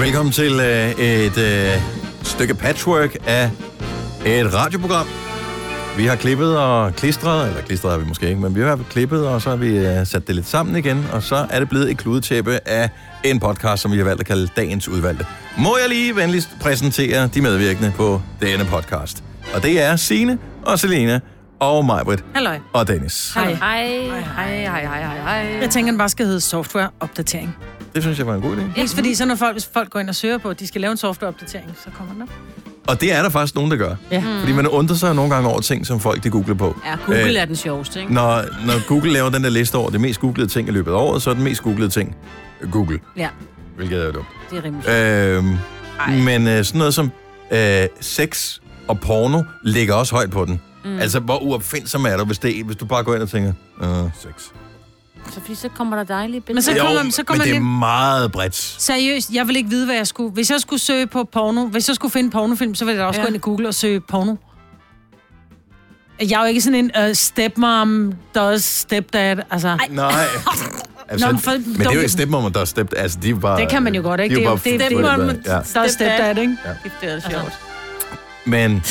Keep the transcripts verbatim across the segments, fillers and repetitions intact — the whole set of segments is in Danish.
Velkommen til øh, et øh, stykke patchwork af et radioprogram. Vi har klippet og klistret, eller klistret har vi måske ikke, men vi har klippet, og så har vi øh, sat det lidt sammen igen, og så er det blevet et kludetæppe af en podcast, som vi har valgt at kalde Dagens Udvalgte. Må jeg lige venligst præsentere de medvirkende på denne podcast? Og det er Signe og Selina og Majbrit og Dennis. Hej. Hej, hej, hej, hej, hej. Jeg tænker, den bare skal hedde softwareopdatering. Det synes jeg var en god idé. Ikke fordi så når folk, hvis folk går ind og søger på, at de skal lave en softwareopdatering, så kommer den op. Og det er der faktisk nogen, der gør. Ja. Fordi man undrer sig nogle gange over ting, som folk de googler på. Ja, Google Æh, er den sjoveste, ikke? Når, når Google laver den der liste over det mest googlede ting i løbet af året, så er den mest googlede ting Google. Ja. Hvilket er dumt. Det er rimelig øhm, Men øh, sådan noget som øh, sex og porno ligger også højt på den. Mm. Altså, hvor uopfindsom er du, hvis, det, hvis du bare går ind og tænker, øh, sex. Så, fordi så kommer der dejlige billeder. Men så Jo, kommer, så kommer men det er lidt... meget bredt. Seriøst, jeg vil ikke vide, hvad jeg skulle... Hvis jeg skulle søge på porno, hvis jeg skulle finde pornofilm, så ville jeg da også ja. gå ind i Google og søge porno. Jeg er jo ikke sådan en uh, stepmom, does stepdad, altså... Ej. Nej. Altså, Nå, men, for, men det er jo ikke stepmom, der er step... Altså, de er bare... Det kan man jo godt, ikke? De Det er jo bare det, det, fuldt- det, ja. der er stepdad, ikke? Ja. Det er sjovt. Men...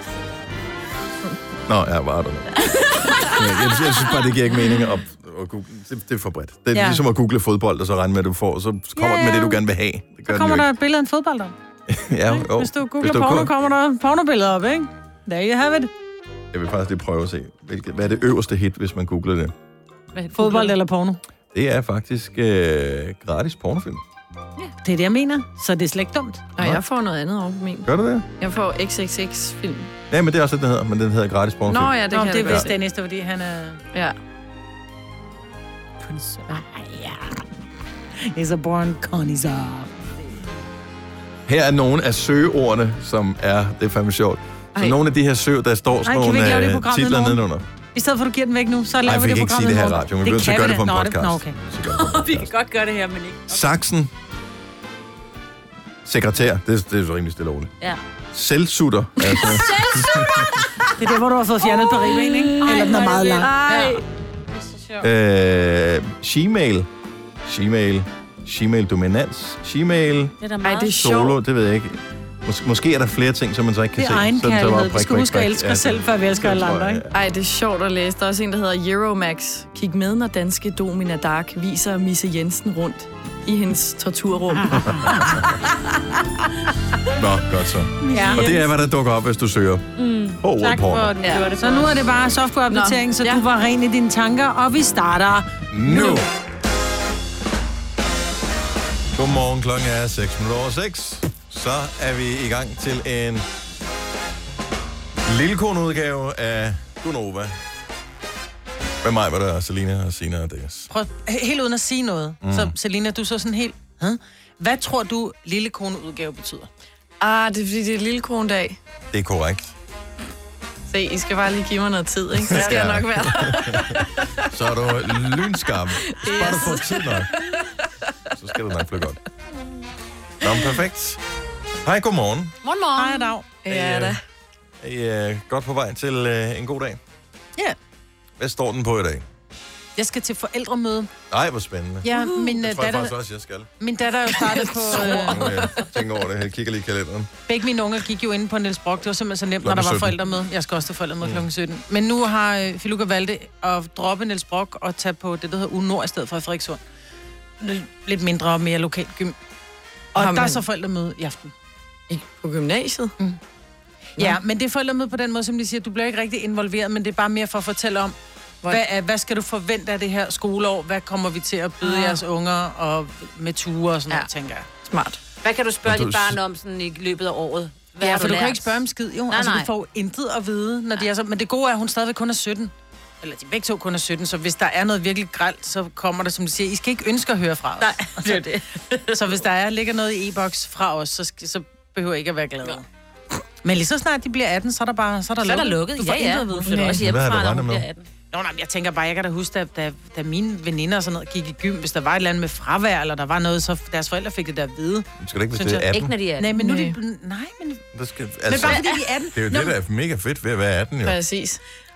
Nå, ja, var det. Jeg, jeg, jeg synes bare, det giver ikke mening at, at google. Det, det er for bredt. Det er Ja. ligesom at google fodbold, og så regne med, at du får, så kommer Ja, ja, ja. med det, du gerne vil have. Det gør Så kommer den jo der et billede af en fodbold op. ikke. Ja, jo. Hvis du googler Hvis du porno, kun- kommer der pornobilleder op, ikke? There you have it. Jeg vil faktisk lige prøve at se, hvilket, hvad er det øverste hit, hvis man googler det. Fodbold eller porno. Det er faktisk øh, gratis pornofilm. Det er det, jeg mener. Så det er slet ikke dumt. Og jeg får noget andet over på min. Gør du det? Jeg får X X X-film. Ja, men det er også det, den hedder, men den hedder gratis pornofilm. Nå ja, det Nå, kan det er det vist være. den næste, fordi han er... Ja. He's a born connoisseur. Her er nogle af søgeordene, som er, det er fandme sjovt. Så Ej. nogle af de her søg, der står sådan Ej, kan vi ikke lave det nogle øh, program titler i morgen? nedenunder. I stedet for, at du giver den væk nu, så Nej, laver vi vi kan det ikke program sige det her i i morgen. radio. Vi bliver nødt til at kan gøre vi det på en Nå, podcast. Nå, okay. Så gør det på en Vi kan podcast. godt gøre det her, men ikke. Saksen. Sekretær. Det, det er så rimelig stille og roligt. Ja. Selvsutter. Altså, Det er det, hvor du har fået fjernet på ribben, ikke? Eller den er meget lang. Ej. øh, Gmail. Gmail. Gmail dominans. Gmail Det er da Ej, meget det er solo. sjovt. Det ved jeg ikke. Mås- måske er der flere ting, som man så ikke kan Det se. er egen Sådan, så bare kærlighed. Vi prik, skal prik, huske at prik. elske Ja, os selv, før vi elsker det alle tror andre, jeg, ikke? Ej, det er sjovt at læse. Der er også en, der hedder Euromax. Kig med, når danske Domina Dark viser Misse Jensen rundt i hendes torturrum. Nå, godt så. Ja. Og det er, hvad der dukker op, hvis du søger Mm. på ordet Tak for, porno. at du gjorde det. Så nu er det bare softwareopdatering, så Nå, ja. du var ren i dine tanker, og vi starter. Nu! Godmorgen, klokken er seks minutter over seks. Så er vi i gang til en lille udgave af Gunova. Med mig var der Selina og Sina og Dennis. Prøv, helt uden at sige noget. Mm. Så Selina, du så sådan helt... Hæ? Hvad tror du, lille udgave betyder? Ah, det er fordi, det er lille krondag. Det er korrekt. Se, I skal bare lige give mig noget tid, ikke? Så skal Ja. jeg nok være der. Så er du lynskarp. Hvis bare du får tid nok, så skal det nok blive godt. Nå, men perfekt. Hej, godmorgen. Morgen, morgen. Hej, dag. Ja, da. Er I uh, godt på vej til uh, en god dag? Ja. Hvad står den på i dag? Jeg skal til forældremøde. Nej, hvor spændende. Ja, min, Det uh, tror jeg datter, faktisk også, jeg skal. min datter er jo startet på... Uh, Nu må jeg tænke over det. Jeg kigger lige i kalenderen. begge mine unger gik jo inde på Niels Brock. Det var simpelthen så nemt, når Klokken der var sytten. forældremøde. Jeg skal også til forældremøde klokken sytten. Men nu har uh, Filuka valgt at droppe Niels Brock og tage på det, der hedder U Nord i stedet for i Frederikssund. Lidt mindre og mere lokalt gym. Og Har der er man- så forældremøde i aften. Ikke på gymnasiet? Ja, men det er forældremøde på den måde, som de siger, du bliver ikke rigtig involveret, men det er bare mere for at fortælle om, Hvor- hvad, er, hvad skal du forvente af det her skoleår? Hvad kommer vi til at byde Ah. jeres unger og med ture og sådan Ja. noget, tænker jeg. Smart. Hvad kan du spørge Og du- dit barn om sådan i løbet af året? Hvad Ja, har for du lært? kan ikke spørge om skid, jo. Nej, altså, nej. du får jo intet at vide, når de er så... Men det gode er, at hun stadigvæk kun er sytten. Eller de begge to kun er sytten, så hvis der er noget virkelig grelt, så kommer der, som de siger, I skal ikke ønske at høre fra os. Nej, det er det. Så hvis der er, ligger noget i e-boks fra os, så, skal, så behøver jeg ikke at være glad. Men lige så snart de bliver atten, så er der bare så er der Så er der lukket. lukket. Du får Ja, intet ja. at vide. Hun flytter også Hvad har du hjemmefra, når regnet hun med? bliver atten. Nå, nej, jeg tænker bare, jeg kan da huske, da, da, da mine veninder og sådan noget gik i gym, hvis der var et eller andet med fravær, eller der var noget, så deres forældre fik det der at vide. Skal du ikke, hvis Synes det er jeg atten? Ikke når de er Nej, men nu er de... Nej. Nej, men... Der skal, Men altså, bare fordi de er atten. det er jo Nå, det, der er mega fedt ved at være atten, jo. Præcis.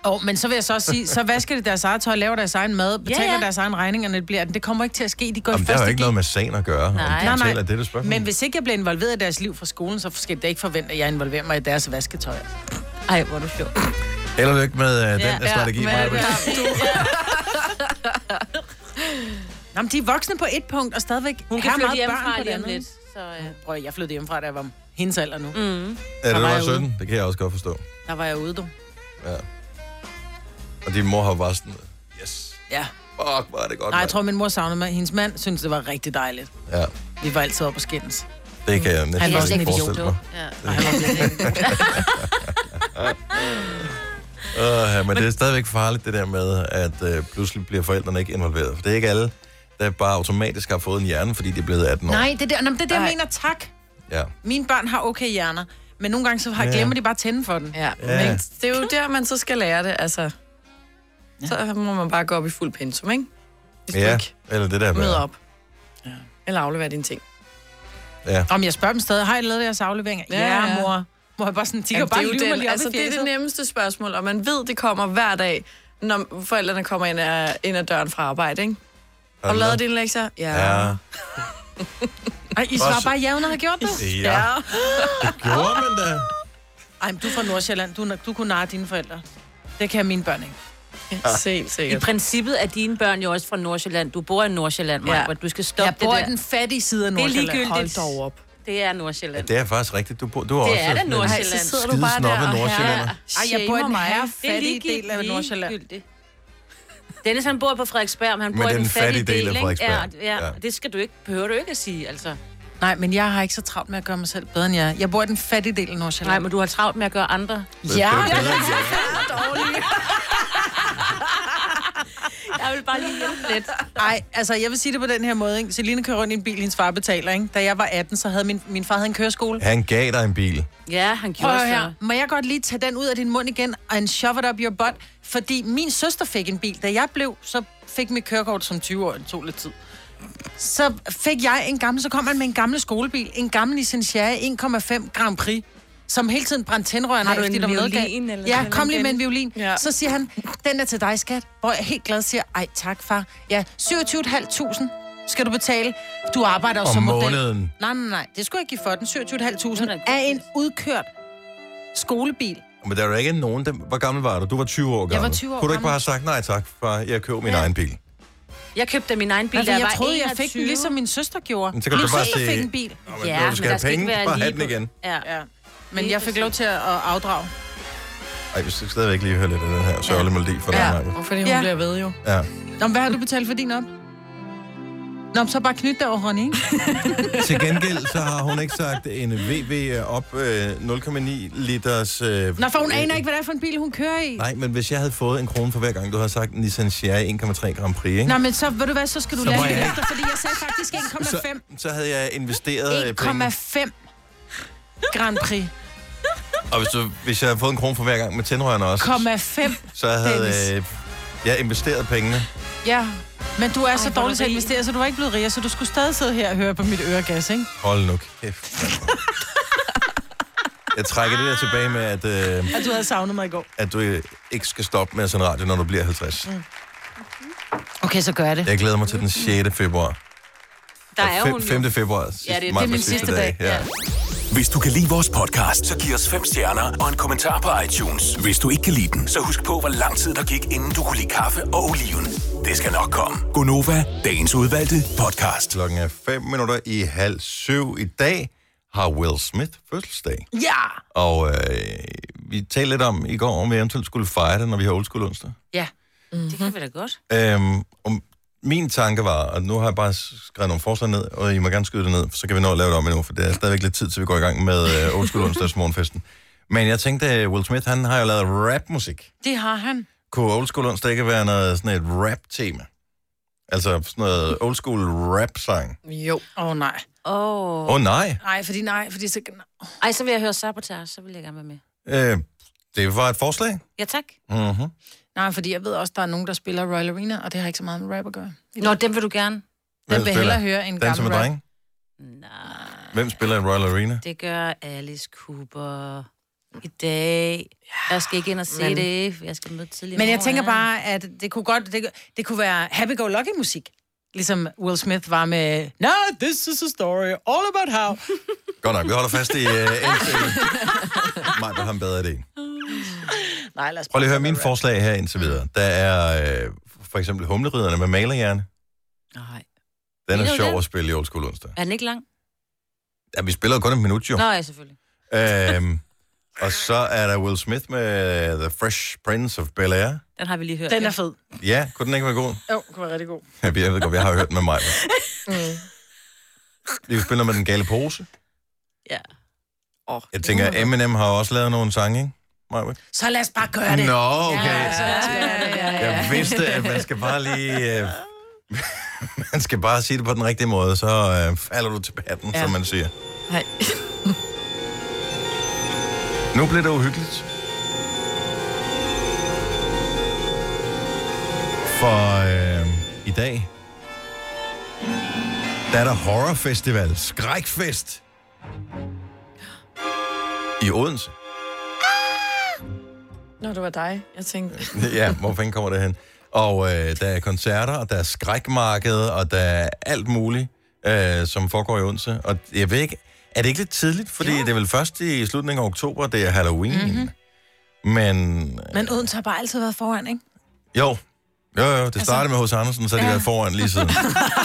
Åh, oh, men så vil jeg så også sige, så vasker de deres eget tøj, laver deres egen mad, betaler ja, ja. deres egen regninger, når det bliver den. Det kommer ikke til at ske. De går Jamen, i det har jo første ikke noget med sagen at gøre. Nej. Nej, nej. nej. Det, det spørgsmål. Men hvis ikke jeg bliver involveret i deres liv fra skolen, så skal jeg ikke forvente, at jeg involverer mig i deres vasketøj. Ej, hvor er du sjov. Held og lykke med uh, den Ja, ja, strategi. men- Maja. Nå, men de er voksne på et punkt, og stadigvæk Hun kan har flytte meget hjemmefra børn på lige det om andet. lidt. Så, øh. Prøv, jeg flyttede hjemmefra, da jeg var hendes alder nu. Mm. Ja, det var var jeg sytten. Det kan jeg også godt forstå. Der var jeg ude, du. Ja. Og din mor har bare sådan, yes, Ja. fuck, hvor er det godt, Nej, jeg mand. tror, min mor savnede mig. Hendes mand synes det var rigtig dejligt. Ja, Vi var altid oppe på skændes. det kan jeg næsten Han var ikke sådan en forestille mig. Ja. Og han var virkelig- Uh, ja, men det er stadigvæk farligt, det der med, at uh, pludselig bliver forældrene ikke involveret. For det er ikke alle, der bare automatisk har fået en hjerne, fordi de er blevet atten år. Nej, det er der, nå, men det er det, jeg Nej. mener, tak. Ja. Mine børn har okay hjerner, men nogle gange så har, Ja. glemmer de bare at tænde for den. Ja, Ja. men det er jo der, man så skal lære det, altså. Så må man bare gå op i fuld pensum, ikke? Hvis du Ja, ikke eller det der med. møder op. Ja. Eller afleverer dine ting. Ja. Om jeg spørger dem stadig, har I lavet jeres afleveringer? Ja, Ja, ja, ja. mor. Må jeg bare sådan, de kan Jamen, bare det er jo lyve mig den, lige op altså, i det er fjeset. det nemmeste spørgsmål, og man ved, det kommer hver dag, når forældrene kommer ind ad, ind ad døren fra arbejde, ikke? Har du lavet dine lektier? Ja. Ja. Ej, I svarer Også- bare, ja, hun havde gjort det. Ja, det gjorde man da. Ej, men du er fra Nordsjælland. Du, du kunne narre dine forældre. Det kan mine børn ikke. Ja, helt I sikkert. princippet er dine børn jo også fra Nordsjælland. Du bor i Nordsjælland, Maja, Ja. hvor du skal stoppe Jeg bor det i der. den fattige side af Det er Nordsjælland. ligegyldigt. Hold dog op. Det er Nordsjælland. Det er faktisk rigtigt. Du, bor, du er Det også er da sådan en Nordsjælland. Ej, så sidder du skide bare der snobbet og nordsjællander. her Ej, jeg bor i shamer den mig. her Det er fattige del af ligegyldigt. Nordsjælland. Dennis, han bor på Frederiksberg, men han Men bor i det er den den fattige fattige del af ikke? Frederiksberg. Ja, ja, Ja. det skal du ikke, behøver du ikke at sige, altså. Nej, men jeg har ikke så travlt med at gøre mig selv bedre end jeg. Jeg bor i den fattige del af Nej, Nordsjælland. men du har travlt med at gøre andre. Ja, Det er ja, bedre, ja. end jeg er. Jeg vil bare lige hjælpe lidt. Ej, altså jeg vil sige det på den her måde, ikke? Selina kører rundt i en bil, hendes far betaler, ikke? Da jeg var atten, så havde min, min far havde en køreskole. Han gav dig en bil. Ja, han Prøv gjorde at så. høre her. Må jeg godt lige tage den ud af din mund igen, and shove it up your butt? Fordi min søster fik en bil. Da jeg blev, så fik mit kørekort som tyve år, det tog lidt tid. Så fik jeg en gammel, så kom han med en gammel skolebil, en gammel Nissan Cherry en komma fem Grand Prix, som hele tiden brændte tændrørene Har du af, fordi en der var noget violin, galt. eller Ja, sådan kom lige igen? med en violin. Ja. Så siger han, den er til dig, skat. Hvor jeg helt glad siger, ej tak, far. Ja, syvogtyve tusind fem hundrede skal du betale. Du arbejder jo Om som model. måneden. Nej, nej, nej. Det skulle jeg give for den. syvogtyve tusind fem Det hundrede er da af en udkørt skolebil. Men der er jo ikke nogen, der... Hvor gammel var du? Du var tyve år gammel. Jeg var tyve år Kunne du ikke gammel. bare have sagt, nej tak, far, jeg køber min Ja. egen bil? Jeg købte min egen bil, Altså, da jeg var troede, jeg fik den enogtyve. ligesom min søster gjorde. Men så kan Min du bare søster sige- fik en bil. Nå, men Ja, når du men skal der have skal penge, ikke være bare lige have den på- igen. Ja. Ja. Men Lige jeg fik præcis. lov til at afdrage. Ej, vi skal stadigvæk lige høre lidt af den her sørgelige melodi for Ja, dig, og fordi hun Ja. bliver ved jo. Ja. Nå, men hvad har du betalt for din op? Nå, så bare knyt dig over hånden, ikke? Til gengæld, så har hun ikke sagt en V V op øh, nul komma ni liters... Øh, Nå, for hun øh, aner ikke, hvad det er for en bil, hun kører i. Nej, men hvis jeg havde fået en krone for hver gang, du havde sagt Nissan Cherry en komma tre Grand Prix, ikke? Nå, men så, ved du hvad, så skal du Så lære må det jeg- efter, fordi jeg sagde faktisk en komma så, fem. så havde jeg investeret øh, en penge. komma fem Grand Prix. Og hvis, du, hvis jeg havde fået en krone for hver gang med tændrørene også, en komma fem så havde Dennis. øh, jeg investeret pengene. Ja, men du er så hvor er dårlig til at du rig. investere, så du er ikke blevet rig, så du skulle stadig sidde her og høre på mit øregas, ikke? Hold nu kæft. Jeg trækker det der tilbage med, at, øh, At du havde savnet mig i går. at du øh, ikke skal stoppe med at sende radio, når du bliver halvtreds. Mm. Okay, så gør jeg det. Jeg glæder mig til den sjette februar. Der er Fem- hun jo. femte februar. Sidste, Ja, det er- maj det er på min sidste dag. Ja. Hvis du kan lide vores podcast, så giv os fem stjerner og en kommentar på iTunes. Hvis du ikke kan lide den, så husk på, hvor lang tid der gik, inden du kunne lide kaffe og oliven. Det skal nok komme. Gonova, dagens udvalgte podcast. Klokken er fem minutter i halv syv. I dag har Will Smith fødselsdag. Ja! Og øh, vi talte lidt om i går, om vi eventuelt skulle fejre det, når vi har old school onsdag. Ja. Det kan vi da godt. Øhm, om min tanke var, og nu har jeg bare skrevet nogle forslag ned, og I må gerne skyde det ned, så kan vi nå at lave det om endnu, for det er stadigvæk lidt tid, til vi går i gang med øh, old school onsdags morgenfesten. Men jeg tænkte, Will Smith, han har jo lavet rapmusik. Det har han. Kunne old school onsdag ikke være noget, sådan et rap-tema? Altså sådan noget old school rap-sang? Jo. Åh, oh, nej. Åh. Åh oh, nej, Nej, fordi nej, fordi så... Ej, så vil jeg høre Sabotage, så vil jeg gerne være med. øh, det var et forslag. Ja, tak. Mm-hmm. Nej, fordi jeg ved også, der er nogen, der spiller Royal Arena, og det har ikke så meget med rap at gøre. Nå, dem vil du gerne. Den vil hellere høre en Den gammel som er rap. dreng. Nej, Hvem spiller i Royal Arena? det gør Alice Cooper. I dag. Jeg skal ikke ind og se men... det. Jeg skal møde tidligere. Men jeg tænker bare, at det kunne godt, det, det kunne være happy-go-lucky-musik. Ligesom Will Smith var med, no, this is a story all about how. Godt nok, vi holder fast i uh, N C. Mig vil have en bedre idé. Nej, lad os Prøv lige at høre mine forslag her indtil videre. Der er øh, for eksempel Humleriderne med malerhjerne. Nej. Den er Mener du sjov det? at spille i Old School onsdag. Er den ikke lang? Ja, vi spiller kun et minut jo. Nå, ja, selvfølgelig. Øhm, og så er der Will Smith med The Fresh Prince of Bel-Air. Den har vi lige hørt. Den er fed. Ja, kunne den ikke være god? Jo, den kunne være rigtig god. Jeg ved godt, jeg har hørt den med mig. Mm. Vi spiller med Den Gale Pose. Ja. Oh, Jeg tænker, Eminem har også lavet nogle sange, ikke? Maja? Så lad os bare gøre det. Nå, okay. Ja, så lad os gøre det. Ja, ja. Jeg vidste, at man skal bare lige... Øh, man skal bare sige det på den rigtige måde, så øh, falder du til patten, ja. Som man siger. Nej. Nu bliver det uhyggeligt. For øh, i dag, der er der horrorfestival, skrækfest i Odense. Nå, det var dig, jeg tænkte. Ja, hvor fanden kommer det hen? Og øh, der er koncerter, og der er skrækmarked, og der er alt muligt, øh, som foregår i Odense. Og jeg ved ikke, er det ikke lidt tidligt? Fordi jo. Det er vel først i slutningen af oktober, det er Halloween. Mm-hmm. Men... Men Odense har bare altid været foran, ikke? Jo. Jo, jo, det startede altså... med H C Andersen, så har de ja. været foran lige siden.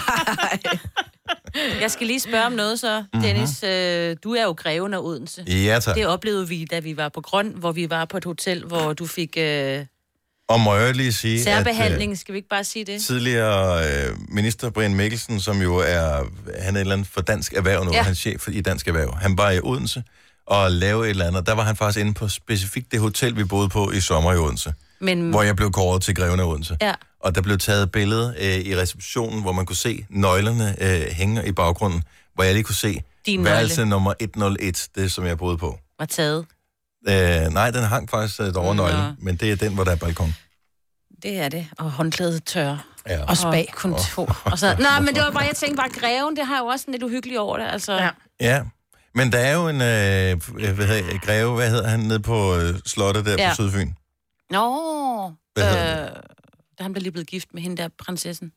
Jeg skal lige spørge om noget så, Dennis. Mm-hmm. Øh, du er jo greven af Odense. Ja, tak. Det oplevede vi, da vi var på Grøn, hvor vi var på et hotel, hvor du fik... Øh... Og må jeg lige sige, særbehandling, at, skal vi ikke bare sige det? Tidligere øh, minister Brian Mikkelsen, som jo er, han er et eller andet for Dansk Erhverv nu, ja. Han er chef i Dansk Erhverv. Han var i Odense og lavede et eller andet. Der var han faktisk inde på specifikt det hotel, vi boede på i sommer i Odense. Men... Hvor jeg blev kåret til greven af Odense. Ja. Og der blev taget et billede øh, i receptionen, hvor man kunne se nøglerne øh, hænge i baggrunden, hvor jeg lige kunne se din værelse nummer et nul et, det som jeg boede på. Var taget? Øh, nej, den hang faktisk øh, over nøglen, ja. Men det er den, hvor der er balkon. Det er det. Og håndklædet tør. Ja. Og spag. Og kontor. Og så... Nej, men det var bare, jeg tænkte bare, greven, det har jo også en lidt uhyggeligt over det, altså. Ja. Ja. Men der er jo en øh, hvad hedder, greve, hvad hedder han, nede på øh, slottet der ja. På Sydfyn? Nå, øh, der er ham, der lige blevet gift med hende der, prinsessen.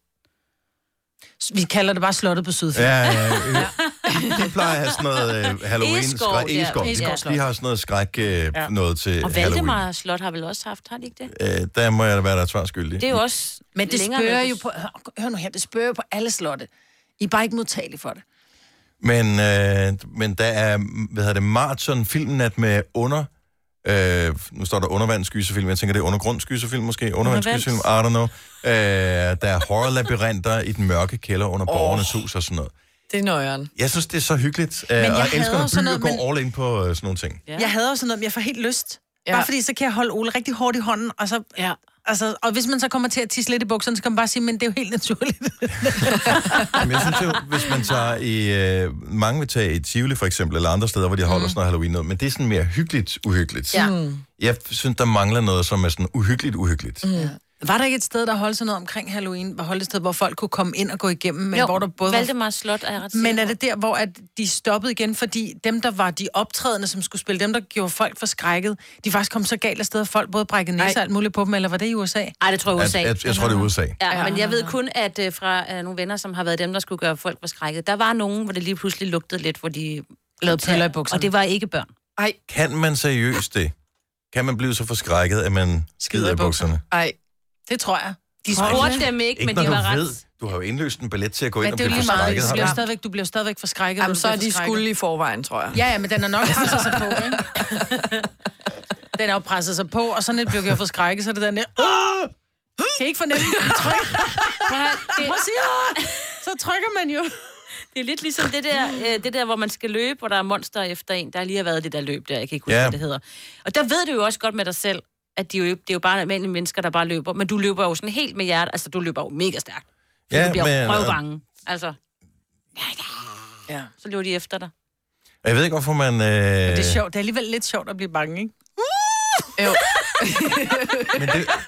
Vi kalder det bare slottet på Sydfyn. Ja, ja, ja. De plejer at have sådan noget øh, Halloween, skræk, Egeskov. Ja. De har sådan noget skræk, øh, ja. Noget til Halloween. Og Valdemar Slot har vel også haft, har de ikke det? Øh, der må jeg da være der tvarsskyldig. Det er jo også... Men det spørger jo på... Hør nu her, det spørger jo på alle slotte. I er bare ikke modtagelige for det. Men, øh, men der er, hvad hedder det, Marathon filmnat med under... Øh, nu står der undervandsgyserfilm. Jeg tænker, det er undergrundsgyserfilm måske. Undervandsgyserfilm, I don't know. Øh, der er horrorlabyrinter i den mørke kælder under oh. borgernes hus og sådan noget. Det er nøjeren. Jeg synes, det er så hyggeligt. Øh, og jeg elsker, når byer noget, går men... all in på øh, sådan nogle ting. Ja. Jeg hader også sådan noget, men jeg får helt lyst. Ja. Bare fordi, så kan jeg holde Ole rigtig hårdt i hånden, og så... Ja. Altså, og hvis man så kommer til at tisse lidt i bukserne, så kan man bare sige, men det er jo helt naturligt. Jamen, jeg synes jo, hvis man tager i... Øh, mange vil tage i Tivoli for eksempel, eller andre steder, hvor de holder mm. sådan noget Halloween noget, men det er sådan mere hyggeligt uhyggeligt. Ja. Jeg synes, der mangler noget, som er sådan uhyggeligt uhyggeligt. Mm. Ja. Var der ikke et sted, der holdt sådan noget omkring Halloween? Var holdt et sted, hvor folk kunne komme ind og gå igennem? Men jo, hvor der både Valdemar Slot er ret sikker. Men er det der, hvor at de stoppede igen? Fordi dem, der var de optrædende, som skulle spille, dem, der gjorde folk forskrækket, de faktisk kom så galt af sted, at folk både brækkede næse og alt muligt på dem, eller var det i U S A? Nej, det tror jeg U S A. Jeg, jeg, jeg tror, det er U S A. Ja, ja, men jeg ved kun, at uh, fra uh, nogle venner, som har været dem, der skulle gøre folk forskrækket, der var nogen, hvor det lige pludselig lugtede lidt, hvor de lavede piller i bukserne. Og det var ikke børn. Ej. Kan man seriøst det? Kan man blive så forskrækket, at man skider i bukserne? Ej, det tror jeg. De spurgte dem ikke, ikke men de var ret... Ved. Du har jo indløst en billet til at gå ind og blive forskrækket. Meget, du, bliver stadigvæk, du bliver stadigvæk forskrækket. Jamen, så er de skulle i forvejen, tror jeg. Ja, ja, men den er nok presset sig på, ikke? Den er jo presset sig på, og sådan lidt bliver jeg forskrækket, så er det den der... Kan I ikke fornemme? Tryk. Så trykker man jo. Det er lidt ligesom det der, øh, det der, hvor man skal løbe, hvor der er monster efter en. Der lige har været det der løb der, jeg kan ikke huske, ja. Hvad det hedder. Og der ved du jo også godt med dig selv, at de jo, det er jo bare almindelige mennesker, der bare løber. Men du løber jo sådan helt med hjertet. Altså, du løber jo mega stærkt. Ja, du bliver men... jo prøvbange. Altså... Ja. Så løber de efter dig. Jeg ved ikke, hvorfor man... Øh... Men det er sjovt. Det er alligevel lidt sjovt at blive bange, ikke? Jo. Men det,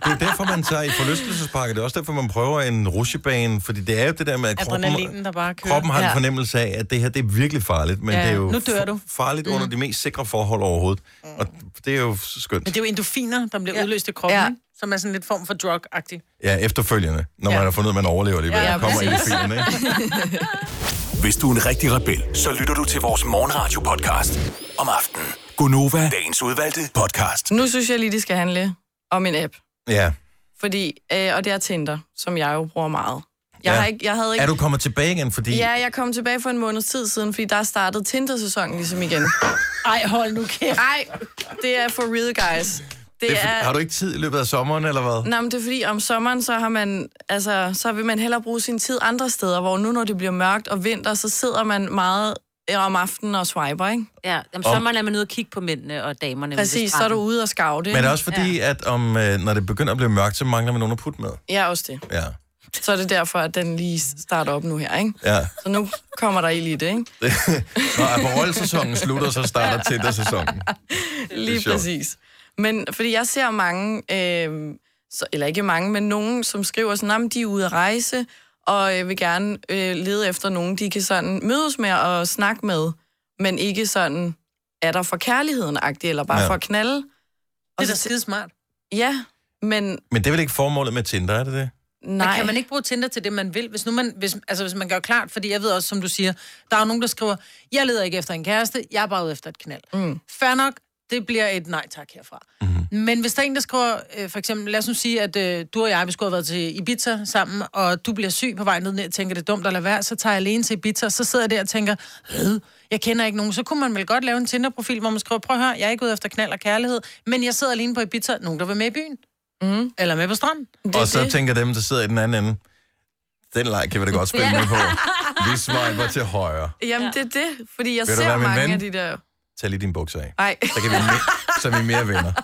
det er derfor, man tager i forlystelsesparker. Det er også derfor, man prøver en rutsjebane, fordi det er jo det der med, at kroppen, der bare kører. kroppen har en Ja. fornemmelse af, at det her det er virkelig farligt, men Ja, det er jo nu dør du. farligt under de mest sikre forhold overhovedet. Og det er jo skønt. Men det er jo endorfiner, der bliver ja. udløst i kroppen, Ja. ja. ikke? Som er sådan lidt form for drug-agtig. Ja, efterfølgende, når man Ja. har fundet ud af, at man overlever det, Ja, ja, ja, kommer ind i præcis. filmen, ikke? Hvis du er en rigtig rebel, så lytter du til vores morgenradio-podcast om aftenen. Gonova, dagens udvalgte podcast. Nu synes jeg lige, det skal handle om en app. Ja. Fordi, øh, og det er Tinder, som jeg jo bruger meget. Jeg, Ja. har ikke, jeg havde ikke... Er du kommet tilbage igen, fordi... Ja, jeg kom tilbage for en måneds tid siden, fordi der er startet Tinder-sæsonen ligesom igen. Ej, hold nu kæft. Ej, det er for real, guys. Det Det er, er... for- har du ikke tid i løbet af sommeren, eller hvad? Nej, men det er fordi, om sommeren, så har man, altså, så vil man hellere bruge sin tid andre steder, hvor nu, når det bliver mørkt og vinter, så sidder man meget om aftenen og swiper, ikke? Ja, om sommeren er man ude og kigge på mændene og damerne. Præcis, så er du ude og scoute, Men ikke? det er også fordi, ja. at om, øh, når det begynder at blive mørkt, så mangler man nogen at putte med. Ja, også det. Ja. Så er det derfor, at den lige starter op nu her, ikke? Ja. Så nu kommer der ild i det, ikke? Når Aperol-sæsonen slutter, så starter Tinder-sæsonen. Lige sjovt. præcis. Men fordi jeg ser mange, øh, så, eller ikke mange, men nogen, som skriver sådan, at de er ude at rejse, og øh, vil gerne øh, lede efter nogen, de kan sådan mødes med og snakke med, men ikke sådan, er der for kærligheden-agtigt, eller bare Ja. ja. for at knalde. Det er da skide smart. Ja, men Men det er vel ikke formålet med Tinder, er det det? nej. Men kan man ikke bruge Tinder til det, man vil? Hvis nu man, hvis, altså hvis man gør klart, fordi jeg ved også, som du siger, der er jo nogen, der skriver, jeg leder ikke efter en kæreste, jeg er bare ude efter et knald. Mm. Fair nok, det bliver et nej tak herfra. Mm-hmm. Men hvis der er en, der skriver, øh, for eksempel, lad os nu sige, at øh, du og jeg, vi skulle have været til Ibiza sammen, og du bliver syg på vej ned og tænker, det er dumt at lade være, så tager jeg alene til Ibiza, så sidder jeg der og tænker, øh, jeg kender ikke nogen, så kunne man vel godt lave en Tinder-profil, hvor man skriver, prøv at høre, jeg er ikke ude efter knald og kærlighed, men jeg sidder alene på Ibiza, nogen der vil med i byen. Mm. Eller med på stranden. Det, Og så det. tænker dem, der sidder i den anden ende, den leg kan vi da godt spille med på. Vi swiper til højre. Jamen, det er det, fordi jeg Vil du ser være min mange ven? af de der... Tag lige dine bukser af. Nej, Så, kan vi me- så er vi mere venner.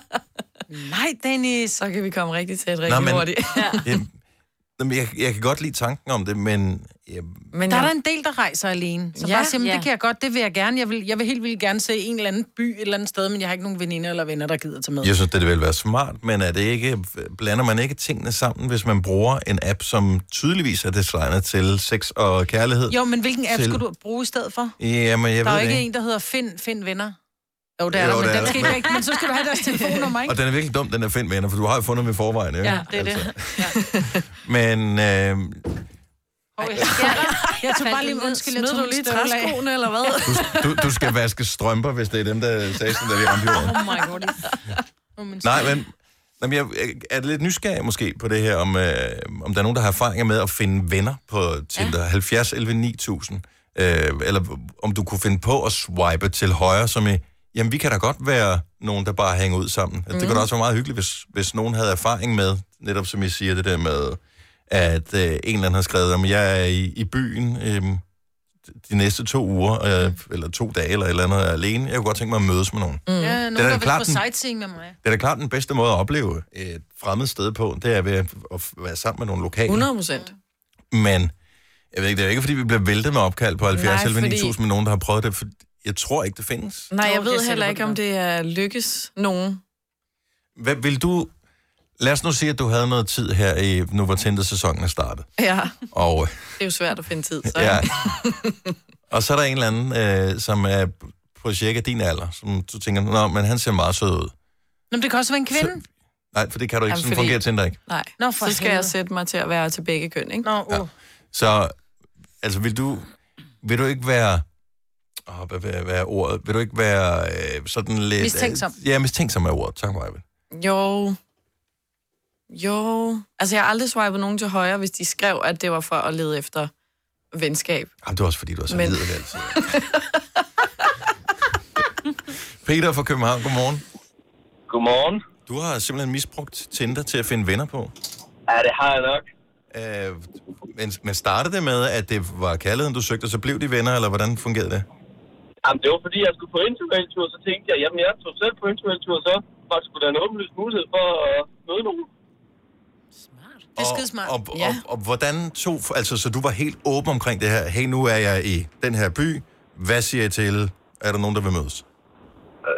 Nej, Dennis. så kan vi komme rigtig tæt Nå, rigtig men- hurtigt. Jeg, jamen, jeg, jeg kan godt lide tanken om det, men... Jeg, Men Der er jeg- der en del, der rejser alene. Så Ja, ja, bare siger, ja. det kan jeg godt, det vil jeg gerne. Jeg vil, jeg vil helt vildt gerne se en eller anden by et eller andet sted, men jeg har ikke nogen veninder eller venner, der gider tage med. jeg synes, det vil være smart, men er det ikke, blander man ikke tingene sammen, hvis man bruger en app, som tydeligvis er designet til sex og kærlighed? Jo, men hvilken app Til- skulle du bruge i stedet for? Jamen, jeg Der er ved jo det ikke ikke. en, der hedder Find, Find Venner. Jo, det er Jo, der, men det er den der. skal ikke, men så skal du have deres telefonnummer, ikke? Og den er virkelig dum, den er Find Venner, for du har jo fundet dem i forvejen, ikke? Ja, det er det. Ja. Men øh, Okay. Jeg tog bare lige undskyld, jeg Smed tog du min lige støvle af. træskoene, eller hvad? du, du skal vaske strømper, hvis det er dem, der sagde sådan, der vi ramte jorden. Oh my god. Oh, min Nej, men jamen, jeg er lidt nysgerrig måske på det her, om, øh, om der er nogen, der har erfaringer med at finde venner på Tinder. Ja. halvfjerds elleve ni tusind. Øh, eller om du kunne finde på at swipe til højre, som i, jamen vi kan da godt være nogen, der bare hænger ud sammen. Mm. Det kunne da også være meget hyggeligt, hvis, hvis nogen havde erfaring med, netop som I siger, det der med, at øh, en eller anden har skrevet, om jeg er i, i byen øh, de næste to uger, øh, eller to dage, eller et eller andet alene. Jeg kunne godt tænke mig at mødes med nogen. Mm. Ja, nogen, da der vil klart på den- sightseeing med mig. Det er da klart den bedste måde at opleve et fremmed sted på, det er ved at, at være sammen med nogle lokale. hundrede procent. Men jeg ved ikke, det er jo ikke, fordi vi bliver væltet med opkald på halvfjerds elleve fordi- ni tusind med nogen, der har prøvet det, for jeg tror ikke, det findes. Nej, Jo, jeg det ved er heller sikkert ikke, om godt. det er lykkes nogen. Hvad vil du... Lad os nu sige, at du havde noget tid her, i, nu hvor Tinder-sæsonen er startet. Ja, Og, det er jo svært at finde tid. Så. ja. Og så er der en eller anden, øh, som er på cirka din alder, som du tænker, nå, men han ser meget sød ud. Nå, men det kan også være en kvinde. Nej, for det kan du ikke. Jamen, Sådan fordi- fungerer Tinder ikke. Nej, Nå, for så skal helvede. jeg sætte mig til at være til begge køn, ikke? Nå, uh. Ja. Så, altså, vil du, vil du ikke være... Åh, hvad, hvad, hvad er ordet? Vil du ikke være øh, sådan lidt... Mistænksom. Øh, ja, mistænksom er ordet. Tak, Maja. Jo. Jo. Altså, jeg har aldrig swipet nogen til højre, hvis de skrev, at det var for at lede efter venskab. Jamen, det er også fordi, du er så Men- Men... altid. Peter fra København, godmorgen. Godmorgen. Du har simpelthen misbrugt Tinder til at finde venner på. Ja, det har jeg nok. Øh, men, men startede det med, at det var kærligheden, du søgte, og så blev de venner, eller hvordan fungerede det? Jamen, det var fordi, jeg skulle på interrailtur, så tænkte jeg, jamen jeg tog selv på interrailtur, så var det sgu da en åbenlyst mulighed for at møde nogen. Det er skidesmart. Og, og, Ja. og, og hvordan tog... Altså, så du var helt åben omkring det her. Hey, nu er jeg i den her by. Hvad siger jeg til? Er der nogen, der vil mødes?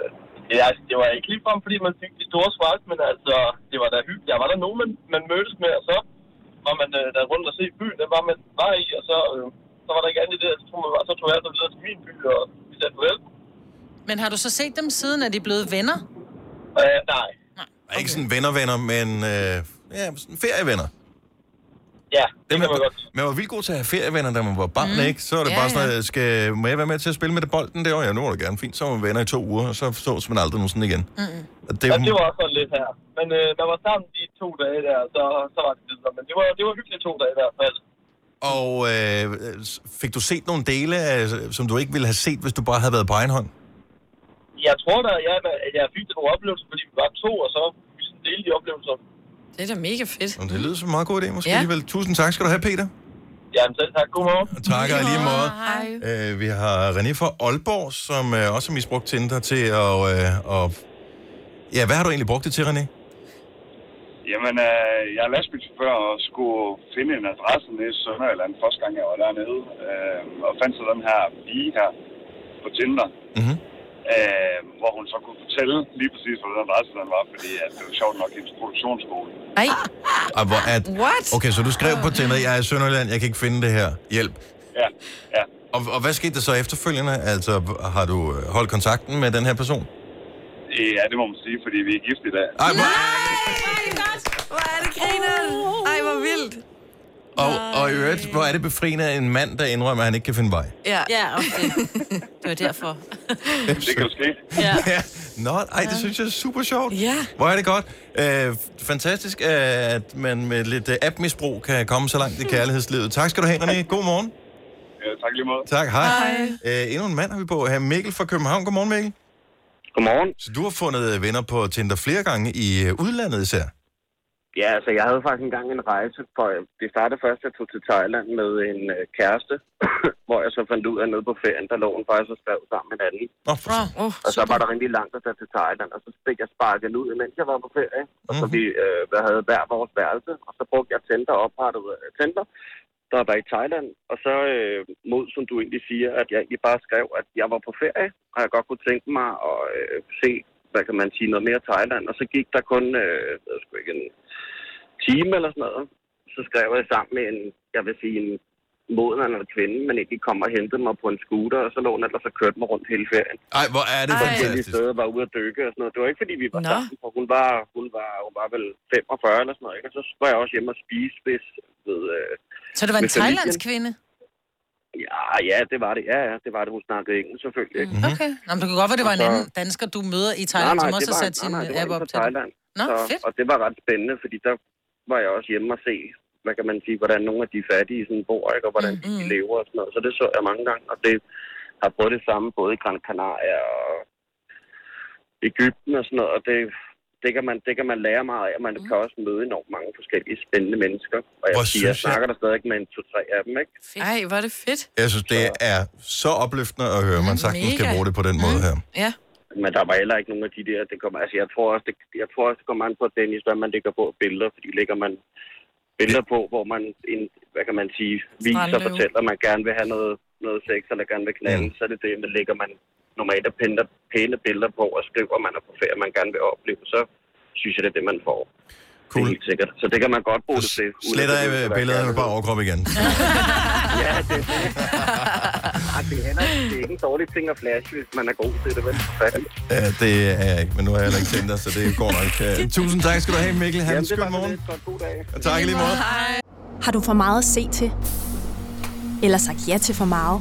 Ja, det var ikke lige frem, fordi man fik de store spark, men altså, det var da hyggeligt. Der var der nogen, man, man mødtes med, og så var man øh, der rundt og se byen, den var man var i, og så, øh, så var der ikke andet i det, så tog, man, så tog jeg så videre til min by, og vi sagde farvel. Men har du så set dem siden? Er de blevet venner? Øh, nej. Okay. Ikke sådan venner-venner, men øh, ja, sådan ferievenner. Ja, det Dem, kan man godt. Man var vildt god til at have ferievenner, da man var barn, mm. ikke? Så var det ja, bare sådan, ja. at skal, må jeg være med til at spille med det bolden derovre? Ja, nu var det gerne fint. Så var man venner i to uger, og så sås man aldrig nogensinde igen. Mm. Og det, ja, det var også sådan lidt her. Men øh, man var sammen de to dage der, så, så var det videre. Men det var, det var hyggeligt to dage i hvert fald. Og øh, fik du set nogle dele, af, som du ikke ville have set, hvis du bare havde været på egen hånd? Jeg tror da, ja, at jeg fik det nogle oplevelser, fordi vi var to, og så vi sådan dele de oplevelser. Det er da mega fedt. Og det lyder som en meget god idé, måske Ja. alligevel. Tusind tak skal du have, Peter. Jamen selv tak. Godmorgen. Og tak og lige måde. Hej. Øh, vi har René fra Aalborg, som øh, også har misbrugt Tinder til at... Øh, og... Ja, hvad har du egentlig brugt det til, René? Jamen, øh, jeg er lastbilchauffør og skulle finde en adresse nede i Sønderjylland første gang, jeg var dernede. Øh, og fandt så den her pige her på Tinder. Mhm. Øh, hvor hun så kunne fortælle lige præcis, hvad den adresse den var, fordi at det var sjovt nok hendes produktionsskole. Ej, Og hvor at... what? Okay, så du skrev på Tinder, jeg er i Sønderjylland, jeg kan ikke finde det her. Hjælp. Ja, ja. Og, og hvad skete der så efterfølgende? Altså, har du øh, holdt kontakten med den her person? Ja, det må man sige, fordi vi er gift i dag. Ej, hvor... Hvor er det griner? Ej, hvor vildt. Og, og i øvrigt, hvor er det befriende af en mand, der indrømmer, at han ikke kan finde vej? Ja. Ja, okay. Det var derfor. Det kan jo ske. Ja. Ja. Nå, ej, det synes jeg er super sjovt. Ja. Hvor er det godt. Øh, fantastisk, at man med lidt øh, app-misbrug kan komme så langt i kærlighedslivet. Tak skal du have, René. God morgen. Ja, tak lige måde. Tak, hej. Hej. Øh, endnu en mand har vi på her. Mikkel fra København. Godmorgen, Mikkel. Godmorgen. Så du har fundet venner på Tinder flere gange i øh, udlandet især? Ja, altså jeg havde faktisk engang en rejse, for det startede først, at jeg tog til Thailand med en øh, kæreste, hvor jeg så fandt ud af nede på ferien, der lå hun faktisk og skrev sammen med en anden. Nå, for... Oh, Og så var der rigtig langt at tage til Thailand, og så fik jeg sparket ud, mens jeg var på ferie. Og så Mhm. vi øh, havde hver vores værelse, og så brugte jeg Tinder, oprettet øh, Tinder, der var i Thailand. Og så øh, mod, som du egentlig siger, at jeg egentlig bare skrev, at jeg var på ferie, og jeg godt kunne tænke mig at øh, se, hvad kan man sige, noget mere Thailand. Og så gik der kun, øh, jeg ved sgu ikke, en time eller sådan noget. Så skrev jeg sammen med en, jeg vil sige, en moden eller kvinde, men ikke kom og hentede mig på en scooter, og så lå hun ellers og kørte mig rundt hele ferien. Ej, hvor er det Ej. Forskellige fantastisk. steder var ude at dykke og sådan noget. Det var ikke, fordi vi var Nå. sammen, for hun var, hun var, hun var vel femogfyrre eller sådan noget, ikke? Og så var jeg også hjemme og spise, hvis, ved, øh, Så det var en Med familien. thailandsk kvinde? ja, ja, det var det, ja, ja, det var det. Hun snakkede engelsk selvfølgelig, ikke? Mhm. Okay. Nå, men det kan godt være, det var en Og så- anden dansker, du møder i Thailand, som også det har var, sat sin nej, nej, det var app en op fra til dig. Thailand. Nå, så, fedt. og det var ret spændende, fordi der var jeg også hjemme og se, hvad kan man sige, hvordan nogle af de fattige sådan bor, ikke? Og hvordan Mm-hmm. de lever og sådan noget. Så det så jeg mange gange, og det har prøvet det samme både i Gran Canaria og Egypten og sådan noget, og det, det, kan man, det kan man lære meget af, og man kan også møde enormt mange forskellige spændende mennesker. Og jeg, Hvor siger, jeg synes jeg- snakker der stadig med en to-tre af dem, ikke? Ej, hvor er det fedt. Jeg synes, det er så opløftende at høre, man sagtens Mega. skal bruge det på den måde her. Ja. Men der var heller ikke nogen af de der, det kommer, altså jeg tror også, det, jeg tror også, det kommer an på, Dennis, hvad man lægger på billeder, fordi lægger man billeder på, hvor man, en, hvad kan man sige, viser og Strandløve. fortæller, at man gerne vil have noget, noget sex, eller gerne vil knalde, Mm. så er det det, men lægger man normalt og pæne, pæne billeder på, og skriver, at man er på ferie, man gerne vil opleve, så synes jeg, det er det, man får. Det Cool. er helt sikkert. Så det kan man godt bruge det til. uden at Sletter det jeg behøver at være billederne med bare kærlighed. overkrop igen. Ja, det er det. Ej, det, er heller, det er ikke en dårlig ting at flashe, hvis man er god til det, vel? For fanden. Ja, det er jeg ikke, men nu har jeg heller ikke tænkt dig, så det går nok. Uh, tusind tak skal du have, Mikkel. Ha' en Jamen, det skøn var morgen. det. Godt, god dag. Og tak i lige måde. Har du for meget at se til? Eller sagt ja til for meget?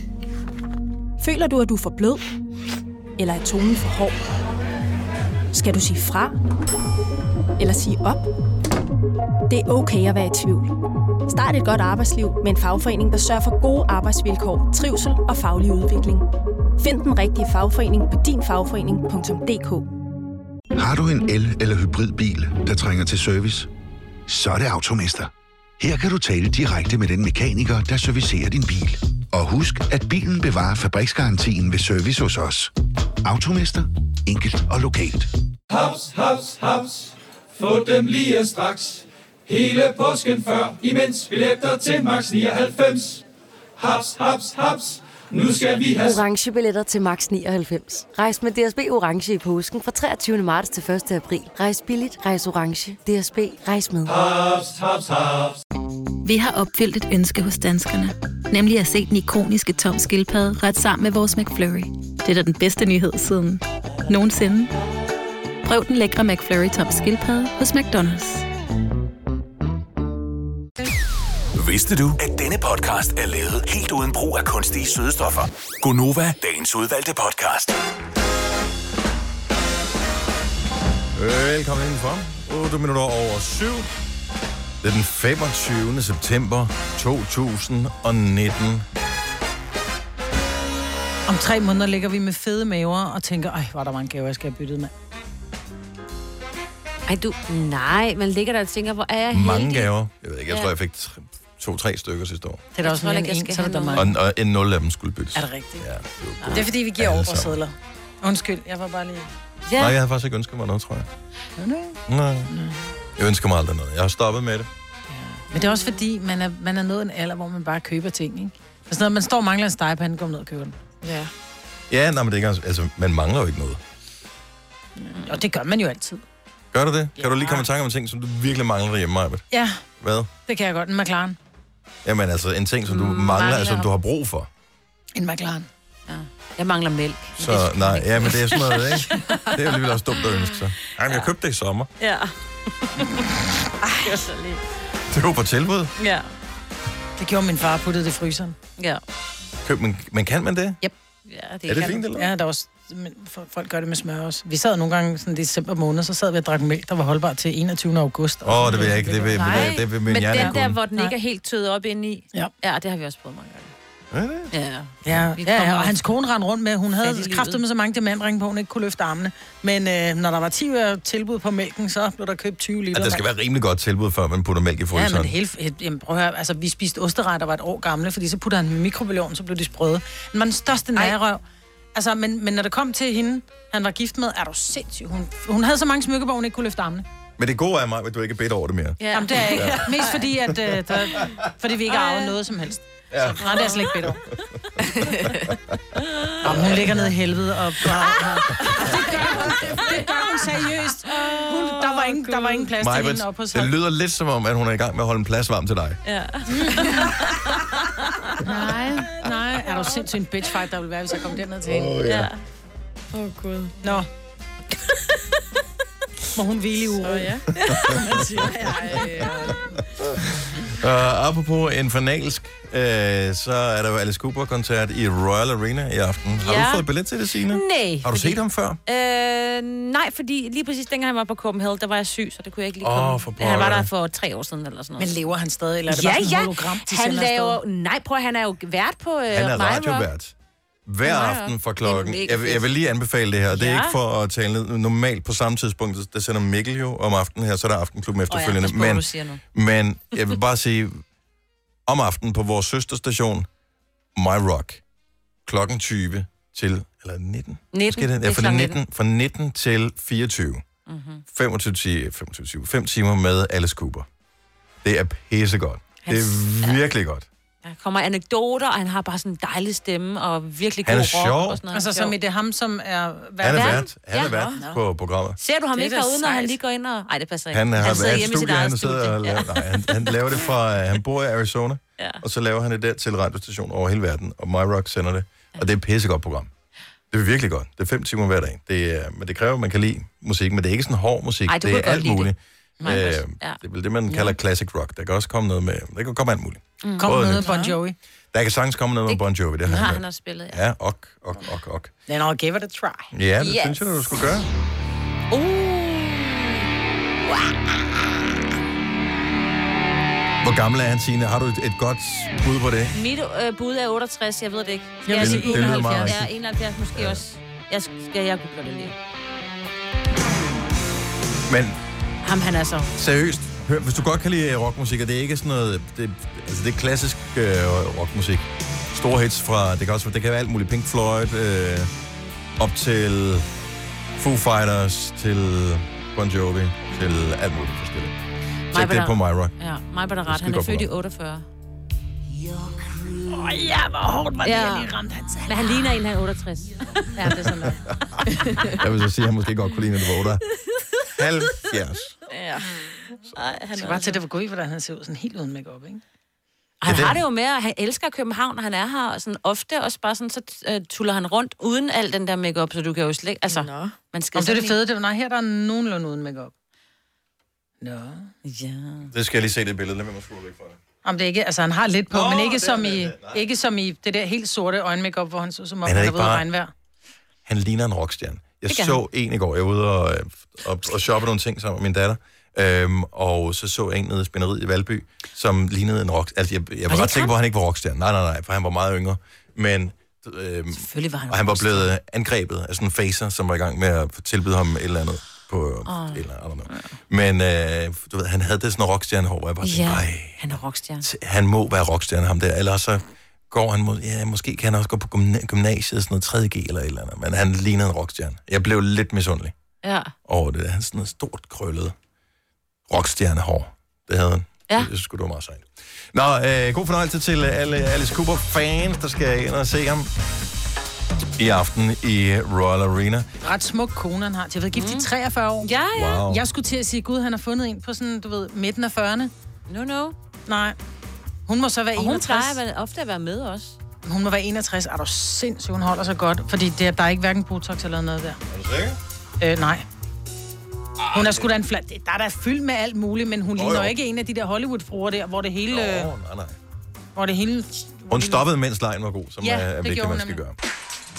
Føler du, at du er for blød? Eller er tonen for hård? Skal du sige fra? Eller sige op? Det er okay at være i tvivl. Start et godt arbejdsliv med en fagforening, der sørger for gode arbejdsvilkår, trivsel og faglig udvikling. Find den rigtige fagforening på din fagforening punktum d k. Har du en el- eller hybridbil, der trænger til service? Så er det Automester. Her kan du tale direkte med den mekaniker, der servicerer din bil. Og husk, at bilen bevarer fabriksgarantien ved service hos os. Automester. Enkelt og lokalt. Haps, haps, haps. Få dem lige straks. Hele påsken før, imens billetter til max nioghalvfems. Haps, haps, haps. Nu skal vi have... Orange billetter til max nioghalvfems. Rejs med D S B Orange i påsken fra treogtyvende marts til første april. Rejs billigt, rejs orange. D S B, rejs med. Haps, haps, haps. Vi har opfyldt et ønske hos danskerne. Nemlig at se den ikoniske Tom Skildpadde ret sammen med vores McFlurry. Det er da den bedste nyhed siden nogensinde. Prøv den lækre McFlurry Tom Skildpadde hos McDonald's. Vidste du, at denne podcast er lavet helt uden brug af kunstige sødestoffer? Gonova, dagens udvalgte podcast. Velkommen indenfor. otte minutter over syv. Det er den femogtyvende september to tusind nitten. Om tre måneder ligger vi med fede maver og tænker, ej, hvor der mange gaver, jeg skal have byttet med. Ej, du... Nej, man ligger der og tænker, hvor er jeg heldig. Mange gaver. Jeg ved ikke, jeg Ja. tror, jeg fik to-tre stykker sidste år. Det er da også mere end jeg en, skal så er det have der Og, mange. og en nul af dem skulle byttes. Er det rigtigt? Ja, det var Det er fordi, vi giver oversedler. Undskyld, jeg var bare lige... Nej, jeg havde faktisk ikke ønsket mig noget, tror jeg. Nej. Jeg ønsker mig aldrig noget. Jeg har stoppet med det. Men det er også fordi, man er, man er nået en alder, hvor man bare køber ting, ikke? Altså, når man står og mangler en stegepande, går man ned og køber den. Ja. Ja, nej, men det er ikke, altså, man mangler jo ikke noget. Og det gør man jo altid. Gør du det? Kan du lige komme i tanke om en ting, som du virkelig mangler derhjemme, Majbet? Ja, Hvad? det kan jeg godt. En McLaren. Jamen altså, en ting, som du mangler, Mangler. altså, du har brug for. En McLaren. Ja. Jeg mangler mælk. Så nej, ja, men det er sådan noget, ikke? Det er jo alligevel også dumt at ønske sig. Ej, men jeg købte det i sommer. Ja. Ej, det var så lidt. Det var på tilbud. Ja. Det gjorde min far, puttede det i fryseren. Ja. Køb, men, men kan man det? Yep. Ja, det Er det kan fint, du. eller? Ja, der er også, men folk gør det med smør også. Vi sad nogle gange sådan i december måned, så sad vi og drak mælk, der var holdbar til enogtyvende august. Åh, oh, det vil jeg ikke. Det vil, Nej, det, det vil min men hjerne den ikke der, kunne. hvor den ikke er helt tøet op inde i. Ja. Ja, det har vi også prøvet mange gange. Er det? Ja. Ja, Vi ja, kommer ja, og hans kone rendte rundt med, hun fat i havde livet. kræftet med så mange diamantringe på, hun ikke kunne løfte armene. Men øh, når der var ti øre tilbud på mælken, så blev der købt tyve liter. At der skal være rimelig godt tilbud, før man putter mælk i Ja, fryseren. men det hele... Jamen, prøv at høre, altså, vi spiste osterejer, der var et år gamle, fordi så putter han dem i mikrobølgeovnen, så blev de sprøde. Den var den største nærrøv. Altså, men, men når det kom til hende, han var gift med, er du sindssyg. Hun, hun havde så mange smykker, hvor hun ikke kunne løfte armene. Men det gode er mig, at du ikke er bedt over det mere. Ja. Jamen, det er jeg ikke. Ja. Mest fordi, at, øh, der, fordi vi ikke har arvet noget som helst. Ja. Så nej, det er jeg slet ikke bedt over. Jamen, hun ligger nede i helvede og... og, og det, gør hun, det gør hun seriøst. Hun, der, var ingen, der var ingen plads til Majbert, hende op hos det ham. lyder lidt som om, at hun er i gang med at holde en plads varm til dig. Ja. Nej, nej. Er du sindssygt en bitchfight, der vil være, hvis jeg kom derned til hende? Åh, ja. Åh, oh, Gud. Nå. Må hun hvile i uro. Ja. Uh, apropos infernalsk, uh, så er der jo Alice Cooper-koncert i Royal Arena i aften. Har Ja. du fået billet til det, Signe? Nej. Har du set ham før? Øh, nej, fordi lige præcis dengang han var på Copenhagen, der var jeg syg, så det kunne jeg ikke lige Åh, komme. for han var pokker. der for tre år siden eller sådan noget. Men lever han stadig, eller er det ja, bare sådan ja. en hologram, de Han sender afsted? laver... Nej, prøv at han er jo vært på øh, Han er My Rock. radiovært. Hver My Rock. aften fra Det klokken. er mega Jeg, vil- jeg fedt. vil lige anbefale det her. Det er Ja. ikke for at tale ned. Normalt på samme tidspunkt, der sender Mikkel jo om aftenen her, så er der Aftenklubben efterfølgende. pas på, hvad men, du siger nu. men jeg vil bare sige, om aftenen på vores søsterstation, My Rock, klokken tyve til, eller nitten? nitten. Måske det, Det ja, er fra klokken nitten, fra nitten til fireogtyve. Mm-hmm. femogtyve, ti- femogtyve, tyve, fem timer med Alice Cooper. Det er pissegodt. Det er virkelig godt. Der kommer anekdoter, og han har bare sådan en dejlig stemme, og virkelig god Han er rock sjov. og sådan noget. Altså, som i det er ham, som er... Han er vært, han er Ja. vært på programmet. Ser du ham Det er ikke da herude, når han sejt. lige går ind og... Ej, det passer ikke. Han har sidder været i hjemme i sit studie, eget han sidder studie. og laver, nej, han, han laver det fra, uh, han bor i Arizona, Ja. og så laver han det der til radiostationer over hele verden, og My Rock sender det, og det er et pissegodt program. Det er virkelig godt. Det er fem timer hver dag. Det er, men det kræver, at man kan lide musik, men det er ikke sådan hård musik. Ej, du det kan er godt alt lide muligt. det. Øh, Ja. det er vel det, man kalder classic rock. Der kan også komme noget med, der kan komme alt muligt. Mm. Kom Både noget nyt. Bon Jovi. Der kan sagtens komme noget med Bon Jovi. Det Det har har han han med. også spillet, ja. Ja, ok, ok, ok, ok. Then I'll give it a try. Ja, det Yes. synes jeg, du skulle gøre. Uh. Hvor gammel er han, Signe? Har du et, et godt bud på det? Mit øh, bud er otteogtres, jeg ved det ikke. Jeg vil er sige det lyder meget enoghalvfjerds. rigtigt. Ja, enoghalvfjerds måske også. Jeg skal jeg google det lige. Men Ham, han er så... seriøst, hør, hvis du godt kan lide rockmusik, og det er ikke sådan noget, det, altså det er klassisk øh, rockmusik. Store hits fra, det kan også det kan være alt muligt, Pink Floyd, øh, op til Foo Fighters, til Bon Jovi, til alt muligt forskelligt. Tjek Mig det var på der- My Rock. Ja, mig var der Det er ret. Han er skidegodt født i program. otteogfyrre. Åh oh, ja, hvor hårdt var det, Ja. jeg lige ramte hans alder. Men han ligner en, han er otteogtres. Ja, det er sådan noget. Jeg vil så sige, at han måske godt kunne lide, at det var halvfjerds. Ja. Ej, han Jeg skal bare til det for gå i, hvordan han ser ud sådan helt uden makeup, ikke? Han Ja, det- har det jo med, at han elsker København, når han er her, og sådan ofte også bare sådan, så uh, tuller han rundt uden al den der makeup, så du kan jo slet ikke, altså, Nå. man skal Om det er sådan det fede, det er, nej, her der er nogenlunde uden makeup. Nå. Ja. Det skal jeg lige se det billede. Lad mig scrolle væk fra det. Om det ikke, altså han har lidt på, Nå, men ikke det som, er i, det, nej. ikke som i det der helt sorte øjenmakeup, hvor han så som om Men er han det er ikke ude af bare- regnvejr. Han ligner en rockstjerne. Jeg Det kan så en i går. Jeg var ude og, og, og shoppe nogle ting sammen med min datter. Øhm, og så så jeg en nede i spænderiet i Valby, som lignede en rock... Altså, jeg, jeg var det ret sikker ham? på, at han ikke var rockstjerne. Nej, nej, nej, for han var meget yngre. Men... Øhm, Selvfølgelig var han og han var blevet angrebet af sådan en facer, som var i gang med at tilbyde ham et eller andet på Åh. et eller andet. Men øh, du ved, han havde det sådan en rockstjernehår, hvor jeg bare tænkte, Ja, nej, han er rockstjerne. han må være rockstjerne, ham der. Ellers så går han mod... Ja, måske kan han også gå på gymna- gymnasiet, sådan noget tredje G eller et eller andet. Men han lignede en rockstjerne. Jeg blev lidt misundelig Ja. over det. Han sådan noget stort krøllet rockstjernehår. Det havde han. Ja. Det, det skulle du meget sejt. Nå, øh, god fornøjelse til alle Alice Cooper-fans, der skal ind og se ham i aften i Royal Arena. Ret smuk kone, han har. Jeg ved, gift i treogfyrre år. Ja, ja. Wow. Jeg skulle til at sige, gud, han har fundet en på sådan, du ved, midten af fyrrerne. No, no. Nej. Hun må så være Og hun enogtres. plejer at være, ofte at være med også. Hun må være enogtres. Er du sindssygt, hun holder sig godt. Fordi det, der er ikke hverken Botox eller noget der. Er du sikker? Øh, nej. Hun er sgu da en flat... Der er da fyldt med alt muligt, men hun Nå, ligner jo. jo ikke en af de der Hollywood-fruer der, hvor det hele... Nå, øh, nej, nej. Hvor det hele... Hun stoppede, mens lejen var god, som Ja, er, er det vigtigt, gjorde man hun skal nemlig. gøre.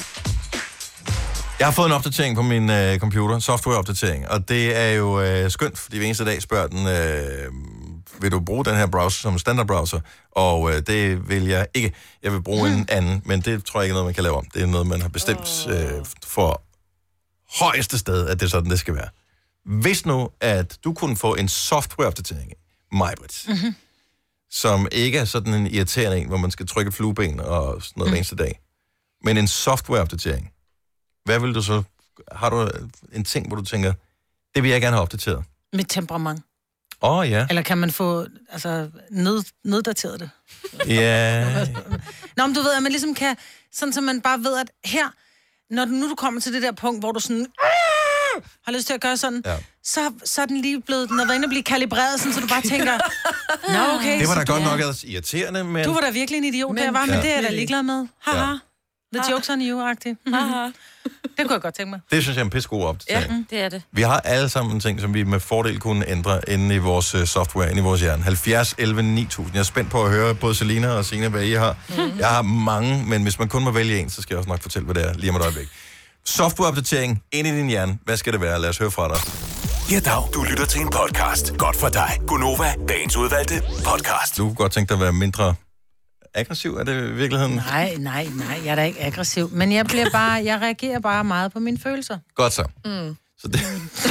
Jeg har fået en opdatering på min øh, computer, softwareopdatering, og det er jo øh, skønt, fordi hver eneste dag spørger den, øh, vil du bruge den her browser som standard browser? Og øh, det vil jeg ikke. Jeg vil bruge en anden, men det tror jeg ikke er noget, man kan lave om. Det er noget, man har bestemt øh, for højeste sted, at det er sådan, det skal være. Hvis nu, at du kunne få en softwareopdatering, Majbrit, mm-hmm. som ikke er sådan en irriterende en, hvor man skal trykke flueben og sådan noget mm. hver eneste dag, men en softwareopdatering, hvad vil du så... Har du en ting, hvor du tænker, det vil jeg gerne have opdateret? Med temperament. Åh, oh, ja. Eller kan man få, altså, ned, neddateret det? Ja. Nå, men du ved, at man ligesom kan... Sådan, så man bare ved, at her... Når du, nu du kommer til det der punkt, hvor du sådan... har lyst til at gøre sådan, Ja. så, så er den lige blevet... Den er været inde og blive kalibreret, sådan, så du bare tænker... Nå, okay. Det var da så- godt nok altså irriterende, men... Du var da virkelig en idiot, Men- der var, men Ja. det er jeg da ligeglad med. Haha. Ja. The joke's on you-agtigt. Det kunne jeg godt tænke mig. Det synes jeg er en pissegod opdatering. Ja, det er det. Vi har alle sammen ting, som vi med fordel kunne ændre inde i vores uh, software, inde i vores hjerne. halvfjerds elleve ni tusind. Jeg er spændt på at høre både Selina og Signe, hvad I har. Mm-hmm. Jeg har mange, men hvis man kun må vælge en, så skal jeg også nok fortælle, hvad det er lige om et øjeblik. Softwareopdatering ind i din hjerne. Hvad skal det være? Lad os høre fra dig. Ja, dag. Du lytter til en podcast. Godt for dig. Gunova, dagens udvalgte podcast. Du kunne godt tænke dig at være mindre aggressiv, er det i virkeligheden? Nej, nej, nej, jeg er da ikke aggressiv. Men jeg bliver bare, jeg reagerer bare meget på mine følelser. Godt så. Mm. Så det...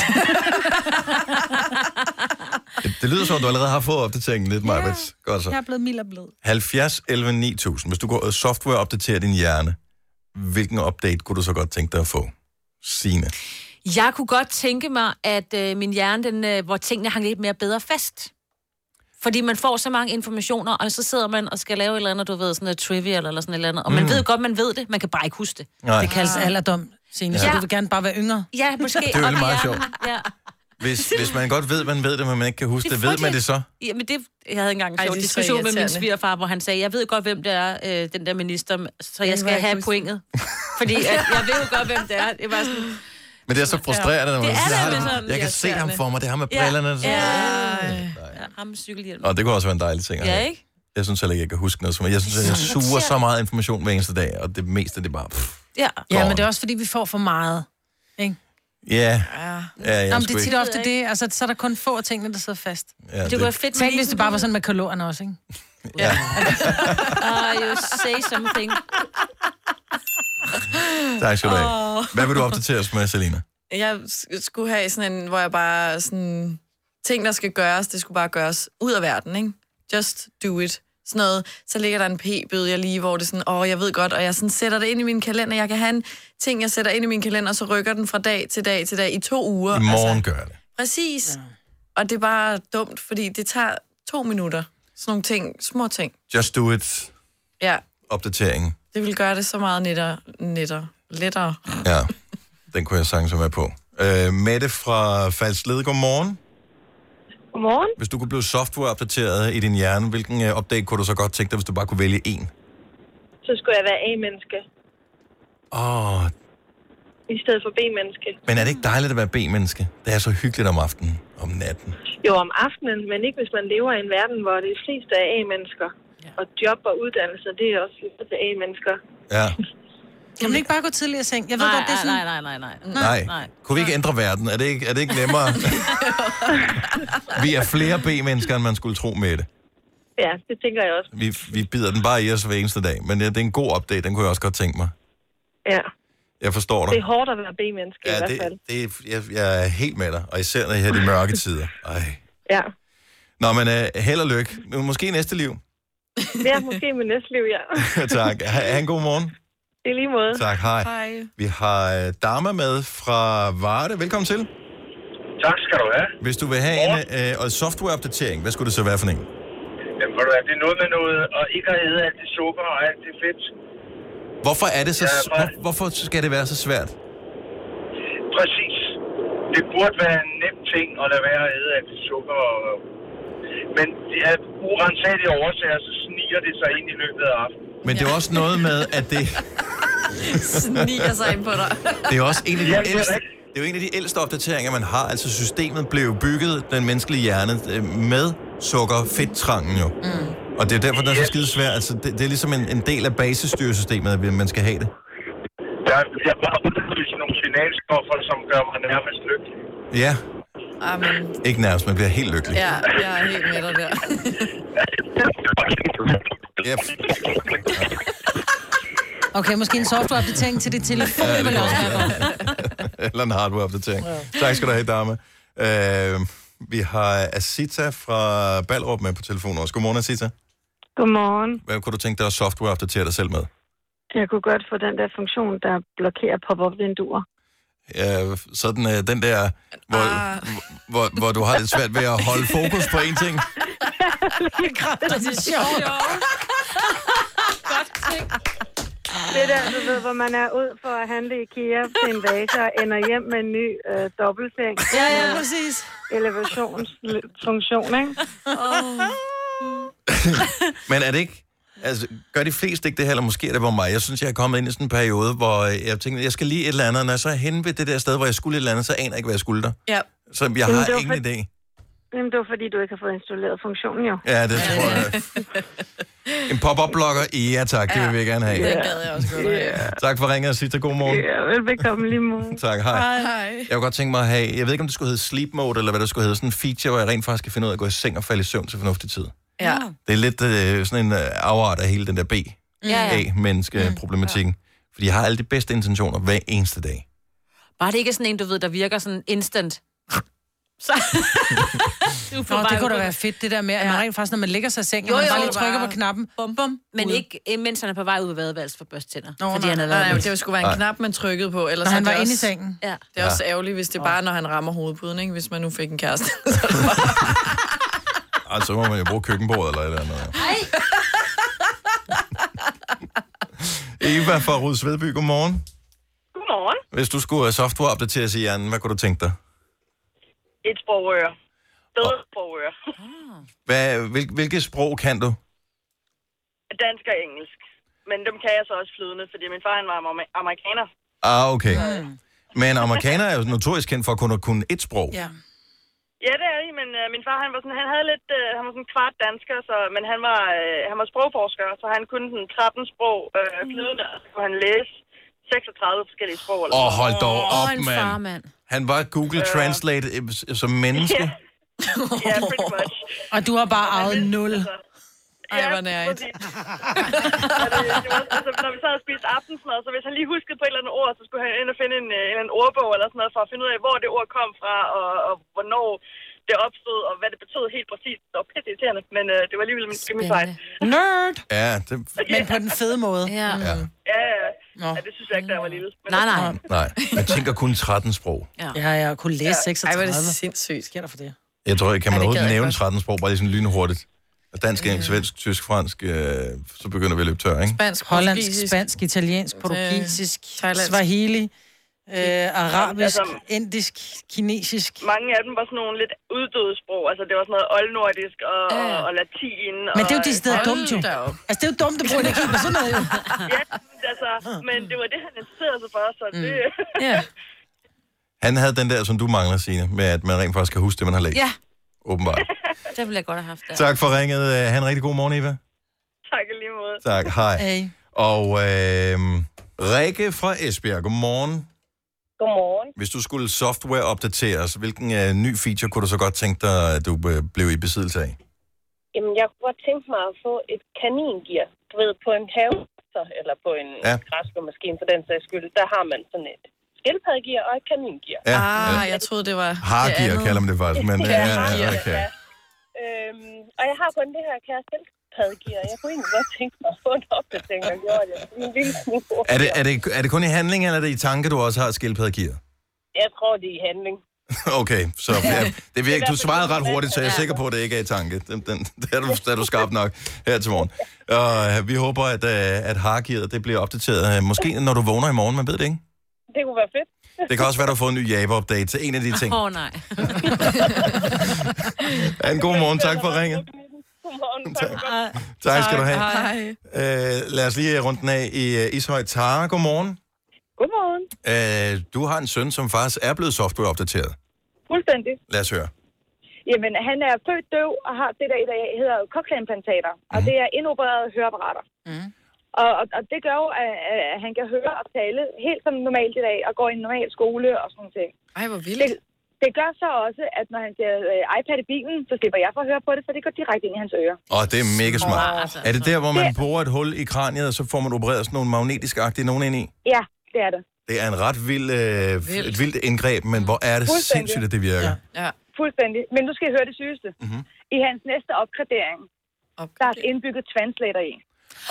det, det lyder som, at du allerede har fået opdateringen lidt, Maja. Godt så. Jeg er blevet mild og blød. halvfjerds elleve ni tusind. Hvis du går og software-opdaterer din hjerne, hvilken update kunne du så godt tænke dig at få? Signe. Jeg kunne godt tænke mig, at øh, min hjerne, den, øh, hvor tingene hang lidt mere bedre fast. Fordi man får så mange informationer, og så sidder man og skal lave et eller andet, du ved, sådan noget trivia eller sådan et eller andet. Og man Mm. ved godt, man ved det. Man kan bare ikke huske det. Nej. Det kaldes alderdom, Signe, Ja. så du vil gerne bare være yngre. Ja, måske. Det er jo op i meget hjernen. sjovt. Ja. Hvis, hvis man godt ved, man ved det, men man ikke kan huske Det er det, ved man frygteligt. det så? Jamen det, jeg havde engang en Ej, sjov det er så diskussion med min irriterende. svigerfar, hvor han sagde, jeg ved godt, hvem det er, øh, den der minister, så jeg Det skal var ikke have huske. pointet. Fordi at, jeg ved jo godt, hvem det er. Det var sådan, Men det er så frustrerende, når man Det er siger, det jeg, med har- sådan jeg kan se ham irriterende. for mig, det er ham med Ja. brillerne. Ja. Ja. ja, ham med cykelhjelm. Og det kunne også være en dejlig ting. at Ja, have. ikke? Jeg synes heller ikke, jeg kan huske noget. Som jeg synes, at jeg suger så meget information hver eneste dag, og det meste, det er bare... Pff. Ja. Ja, men det er også, fordi vi får for meget. Ikke? Ja, ja, jeg Jamen, sgu det er tit ikke. ofte det. Altså, så er der kun få af tingene, der sidder fast. Ja, Det kunne være fedt. Tænk, hvis det bare var sådan med kalorerne også, ikke? Ja. Uh, you say something. Tak skal du have. Hvad vil du opdatere os med, Selina? Jeg sk- skulle have sådan en, hvor jeg bare sådan... Ting, der skal gøres, det skulle bare gøres ud af verden, ikke? Just do it. Sådan noget. Så ligger der en p-bøde, jeg lige, hvor det sådan, åh, jeg ved godt, og jeg sådan sætter det ind i min kalender. Jeg kan have en ting, jeg sætter ind i min kalender, og så rykker den fra dag til dag til dag i to uger. I morgen gør det. Præcis. Ja. Og det er bare dumt, fordi det tager to minutter. Sådan nogle ting, små ting. Just do it. Ja. opdatering. Det vil gøre det så meget netter, netter, lettere. Ja, den kunne jeg sagtens være med på. Øh, Mette fra Falsled, godmorgen. Godmorgen. Hvis du kunne blive softwareopdateret i din hjerne, hvilken uh, update kunne du så godt tænke dig, hvis du bare kunne vælge en? Så skulle jeg være A-menneske. Åh, oh, I stedet for B-menneske. men er det ikke dejligt at være B-menneske? Det er så hyggeligt om aftenen, om natten. Jo, om aftenen, men ikke hvis man lever i en verden, hvor det fleste er A-mennesker. Ja. Og job og uddannelse, det er også lidt til A-mennesker. Ja. Kan man ikke bare gå tidligere i seng? Jeg ved Nej, godt, det er sådan... nej, nej, nej, nej. Nej. Nej. Kunne vi ikke ændre verden? Er det ikke, er det ikke nemmere? Vi er flere B-mennesker, end man skulle tro med det. Ja, det tænker jeg også. Vi, vi bider den bare i os hver eneste dag. Men det er en god update, den kunne jeg også godt tænke mig. Ja. Jeg forstår dig. Det er hårdt at være B-menneske ja, i hvert det, fald. det, er- jeg, jeg er helt med dig. Og især når jeg har de mørke tider. Ej. Ja. Nå, men uh, held og lykke. Måske i næste liv. Ja, måske med næste liv, ja. Tak. Ha, ha' en god morgen. I lige måde. Tak, hej. Hej. Vi har uh, Dama med fra Varde. Velkommen til. Tak skal du have. Hvis du vil have en uh, softwareopdatering, hvad skulle det så være for en? Jamen, ved du hvad, det er noget med noget, og ikke at æde alt det sukker og alt det fedt. Hvorfor er det så Ja, hvor, hvorfor skal det være så svært? Præcis. Det burde være en nem ting at lade være at æde alt det sukker. Og... Men det er urensagelige årsager, så sniger det sig ind i løbet af aftenen. Men det er også noget med, at det... Sniger sig ind på dig. Det er også en af de Ja, det er ældste... rigtigt. Det er jo en af de ældste opdateringer, man har. Altså systemet blev bygget, den menneskelige hjerne, øh, med sukker-fedt-trangen jo. Mm. Og det er derfor, det er så skide svært. Altså, det, det er ligesom en, en del af basisstyresystemet, at man skal have det. Der er bare udløst nogle signalstoffer, som gør mig nærmest lykkelig. Ja. Amen. Ikke nærmest, man bliver helt lykkelig. Ja, jeg er helt med dig der. Ja. Okay, måske en softwareopdatering til dit telefon, ja, vil også være godt. Eller en hardwareopdatering. Ja. Tak skal du have, Dame. Øh, vi har Asita fra Ballerup med på telefonen også. Godmorgen, Asita. Godmorgen. Hvad kunne du tænke dig at softwareopdatere dig selv med? Jeg kunne godt få den der funktion, der blokerer pop-up-vinduer. Ja, sådan øh, den der, hvor, ah. hvor, hvor du har lidt svært ved at holde fokus på én ting. Det er sjovt. Godt ting. Det der, du ved, hvor man er ud for at handle i IKEA til en vase og ender hjem med en ny øh, dobbeltseng. Ja, ja, præcis. Elevationsfunktion, ikke? Oh. Men er det ikke... Altså, gør de fleste ikke det her, eller måske er det bare mig? Jeg synes, jeg er kommet ind i sådan en periode, hvor jeg tænkte, jeg skal lige et eller andet, og når jeg så er henne ved det der sted, hvor jeg skulle et eller andet, så aner jeg ikke, hvad jeg skulle der. Ja. Så jeg har ingen for... idé. Jamen, det var fordi, du ikke har fået installeret funktionen, jo. Ja, det tror jeg. En pop-up-blokker? Ja, tak. Det vil vi gerne have. Det gad jeg også godt have. Tak for ringet og sige til god morgen. Ja, velbekomme lige morgen. Tak, hej. Hej. Jeg kunne godt tænke mig at have, jeg ved ikke, om det skulle hedde sleep mode, eller hvad det skulle hedde, sådan en feature, hvor jeg rent faktisk kan finde ud af at gå i seng og falde i søvn til fornuftig tid. Ja. Det er lidt øh, sådan en øh, afart af hele den der B-A-menneske-problematikken. Fordi jeg har alle de bedste intentioner hver eneste dag. Bare det ikke er sådan en, du ved, der virker sådan instant. Så... Nå, det kunne da være fedt, det der med, at man rent faktisk, når man lægger sig i sengen, Jo, man jo, bare lige det trykker var- på knappen, bum, bum, Men ude. ikke, mens han er på vej ud af vadeværelset for børsttænder. Nå, fordi nej, han er Nej, nej, været det skulle være en Nej. knap, man trykkede på. Ellers Når er han det var inde i også- sengen. Ja. Det er også ærgerligt, hvis det er bare, når han rammer hovedpuden, ikke? Hvis man nu fik en kæreste. Så er det bare... Altså, så må man jo bruge køkkenbordet eller et eller andet. Eva fra Rudsvedby, godmorgen. Godmorgen. Hvis du skulle software-opdateres i hjernen, hvad kunne du tænke dig? Et sprogøre. Bedre sprogøre. Hvad, hvil, hvilke sprog kan du? Dansk og engelsk. Men dem kan jeg så også flydende, fordi min far han var amer- amerikaner. Ah, okay. Men amerikanere er jo notorisk kendt for at kunne, kunne et sprog. Ja. Ja, det er de, men øh, min far han var sådan, han havde lidt, øh, han var sådan kvart dansker, så, men han var, øh, han var sprogforsker, så han kunne sådan tretten sprog øh, flydende, og så kunne han læse seksogtredive forskellige sprog. Eller Åh, sådan. hold dog Åh, op, en mand. far, mand. Han var Google Øh. Translate øh, som menneske. Ja, pretty much. Og du har bare arvet nul. Ej, hvor nærigt. præcis. Og det, det var, altså, når vi sad og spiste aftensmad, så hvis han lige huskede på et eller andet ord, så skulle han ind og finde en, øh, en eller anden ordbog eller sådan noget, for at finde ud af, hvor det ord kom fra, og, og hvornår det opstod, og hvad det betød helt præcist. Det var pisse irriterende, men øh, det var alligevel min skimmelfejl. Nerd! Ja, det... Men på den fede måde. Ja. Ja. Ja, ja. Ja, det synes jeg ikke, da jeg var lille. Men Nej, nej. Nej, jeg tænker kun tretten sprog. Ja, jeg kunne læse Ej, hvor er seksogtredive. det sindssygt. Sker der for det? Jeg tror ikke, kan man Ej, det overhovedet gad jeg nævne godt. tretten sprog, bare lige sådan lynhurtigt. Dansk, engelsk, svensk, tysk, fransk, øh, så begynder vi at løbe tør, ikke? Spansk, hollandsk, spansk, italiensk, portugisisk, øh, swahili, øh, arabisk, altså, indisk, kinesisk. Mange af dem var sådan nogle lidt uddøde sprog. Altså, det var sådan noget oldnordisk og, øh. og, og latin. Men det er jo de steder dumt, jo. Altså, det er jo dumt, at bruge energi på sådan noget, jo. Ja, altså, men det var det, han interesserede sig for, så mm. det... Ja. Han havde den der, som du mangler, Signe, med at man rent faktisk kan huske det, man har læst. Ja. Åbenbart. Det ville jeg godt have haft. Der. Tak for ringet. Ha' en rigtig god morgen, Eva. Tak i lige måde. Tak, hej. Hey. Og øh, Rikke fra Esbjerg, godmorgen. Godmorgen. Hvis du skulle software-opdateres, hvilken øh, ny feature kunne du så godt tænke dig, at du øh, blev i besiddelse af? Jamen, jeg kunne godt tænke mig at få et kaningear. Du ved, på en have, eller på en ja. græsslåmaskine for den sags skyld, der har man sådan et skildpaddegear og et kaningear. Ja, ah, jeg troede, det var hargear kalder man det faktisk, men ja, ja, ja, okay. Ja. Øhm, og jeg har kun det her kære skildpaddegear. Jeg kunne egentlig godt tænke mig at få en opdatering, og gjorde det. En lille smule. Er det, er, det, er det kun i handling, eller er det i tanke, du også har skildpaddegear? Jeg tror, det er i handling. Okay, så ja, det virker, du svarede ret hurtigt, så jeg er sikker på, at det ikke er i tanke. Den, den, der, er du, der er du skarp nok her til morgen. Og vi håber, at, at hargearet det bliver opdateret. Måske når du vågner i morgen, man ved det ikke? Det kunne være fedt. Det kan også være, at du har fået en ny Java-update til en af de ting. Åh, oh, nej. Ha' en god morgen. Tak for ringet. Godmorgen. Tak, tak skal du have. Hej. Uh, lad os lige runde den af i uh, Ishøj. Tara, godmorgen. Godmorgen. Uh, du har en søn, som faktisk er blevet software-opdateret. Fuldstændig. Lad os høre. Jamen, han er født døv og har det, der i dag hedder cochlea-implantater. Mm. Og det er indopererede høreapparater. Mm. Og, og, og det gør jo, at, at han kan høre og tale helt som normalt i dag, og går i en normal skole og sådan noget. Ej, hvor vildt. Det, det gør så også, at når han ser uh, iPad i bilen, så slipper jeg for at høre på det, for det går direkte ind i hans ører. Og det er mega smart. Oh, er det der, hvor man det... borer et hul i kraniet, og så får man opereret sådan nogle magnetisk-agtige nogen ind i? Ja, det er det. Det er en ret vild, øh, vild. et vildt indgreb, men hvor er det sindssygt, at det virker. Ja. Ja. Fuldstændig. Men nu skal I høre det sygeste. Mm-hmm. I hans næste opgradering, opgradering. der er indbygget translator i.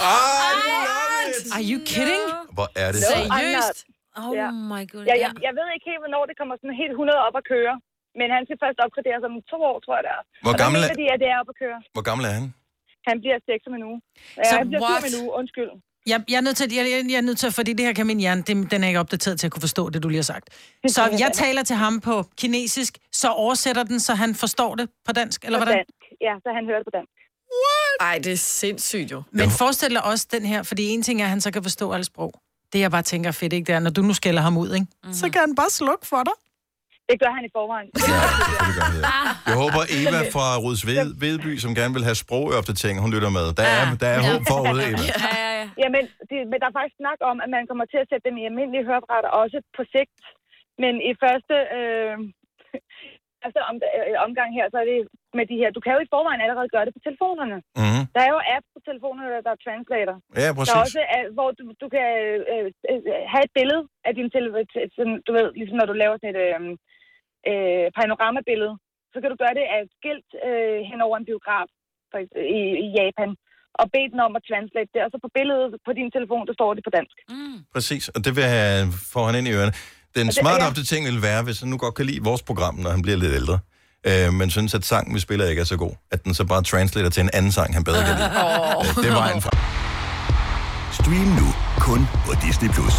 Ah, Are you kidding? Hvor er det no, seriøst? Oh ja. my god. Ja, jeg, jeg ved ikke helt, hvornår det kommer sådan helt hundrede op at køre. Men han skal først opgradere sig om to år, tror jeg det er. Hvor og gammel er de, at det er op at køre. Hvor gammel er han? Han bliver seks om en uge. Ja, så han bliver what? fire om en uge, undskyld. Jeg, jeg, er nødt til, jeg, jeg er nødt til, fordi det her kan min hjerne, det, den er ikke opdateret til at kunne forstå det, du lige har sagt. Så jeg taler til ham på kinesisk, så oversætter den, så han forstår det på dansk, eller på hvordan? Dansk. Ja, så han hører det på dansk. Ej, det er sindssygt jo. Men forestil dig også den her, fordi en ting er, at han så kan forstå alle sprog. Det jeg bare tænker fedt, ikke? Det er, når du nu skælder ham ud, ikke? Mm-hmm. Så kan han bare slukke for dig. Det gør han i forvejen. Ja, det gør han. Jeg håber, Eva fra Rudsvedby, som gerne vil have sprogopdatering, hun lytter med. Der er, der er håb forude, Eva. Ja, ja, ja. Jamen, det, men der er faktisk snak om, at man kommer til at sætte dem i almindelige høreapparater også på sigt. Men i første, øh, første om, øh, omgang her, så er det med de her... Du kan jo i forvejen allerede gøre det på telefonerne. Mm-hmm. Der er jo apps på telefonerne, der er translator. Ja, præcis. Der er også, hvor du, du kan øh, øh, have et billede af din telefon, du ved, ligesom når du laver sådan et øh, øh, panoramabillede, så kan du gøre det af et skilt øh, hen over en biograf for, i, i Japan, og bede den om at translate det, og så på billedet på din telefon, der står det på dansk. Mm. Præcis, og det vil have, få han ind i ørerne. Den smarte ja. opdatering vil være, hvis han nu godt kan lide vores program, når han bliver lidt ældre, øh, men synes, at sangen, vi spiller, ikke er så god, at den så bare translater til en anden sang, han bedre kan lide. Oh. Øh, det er vejen fra. Stream nu kun på Disney plus.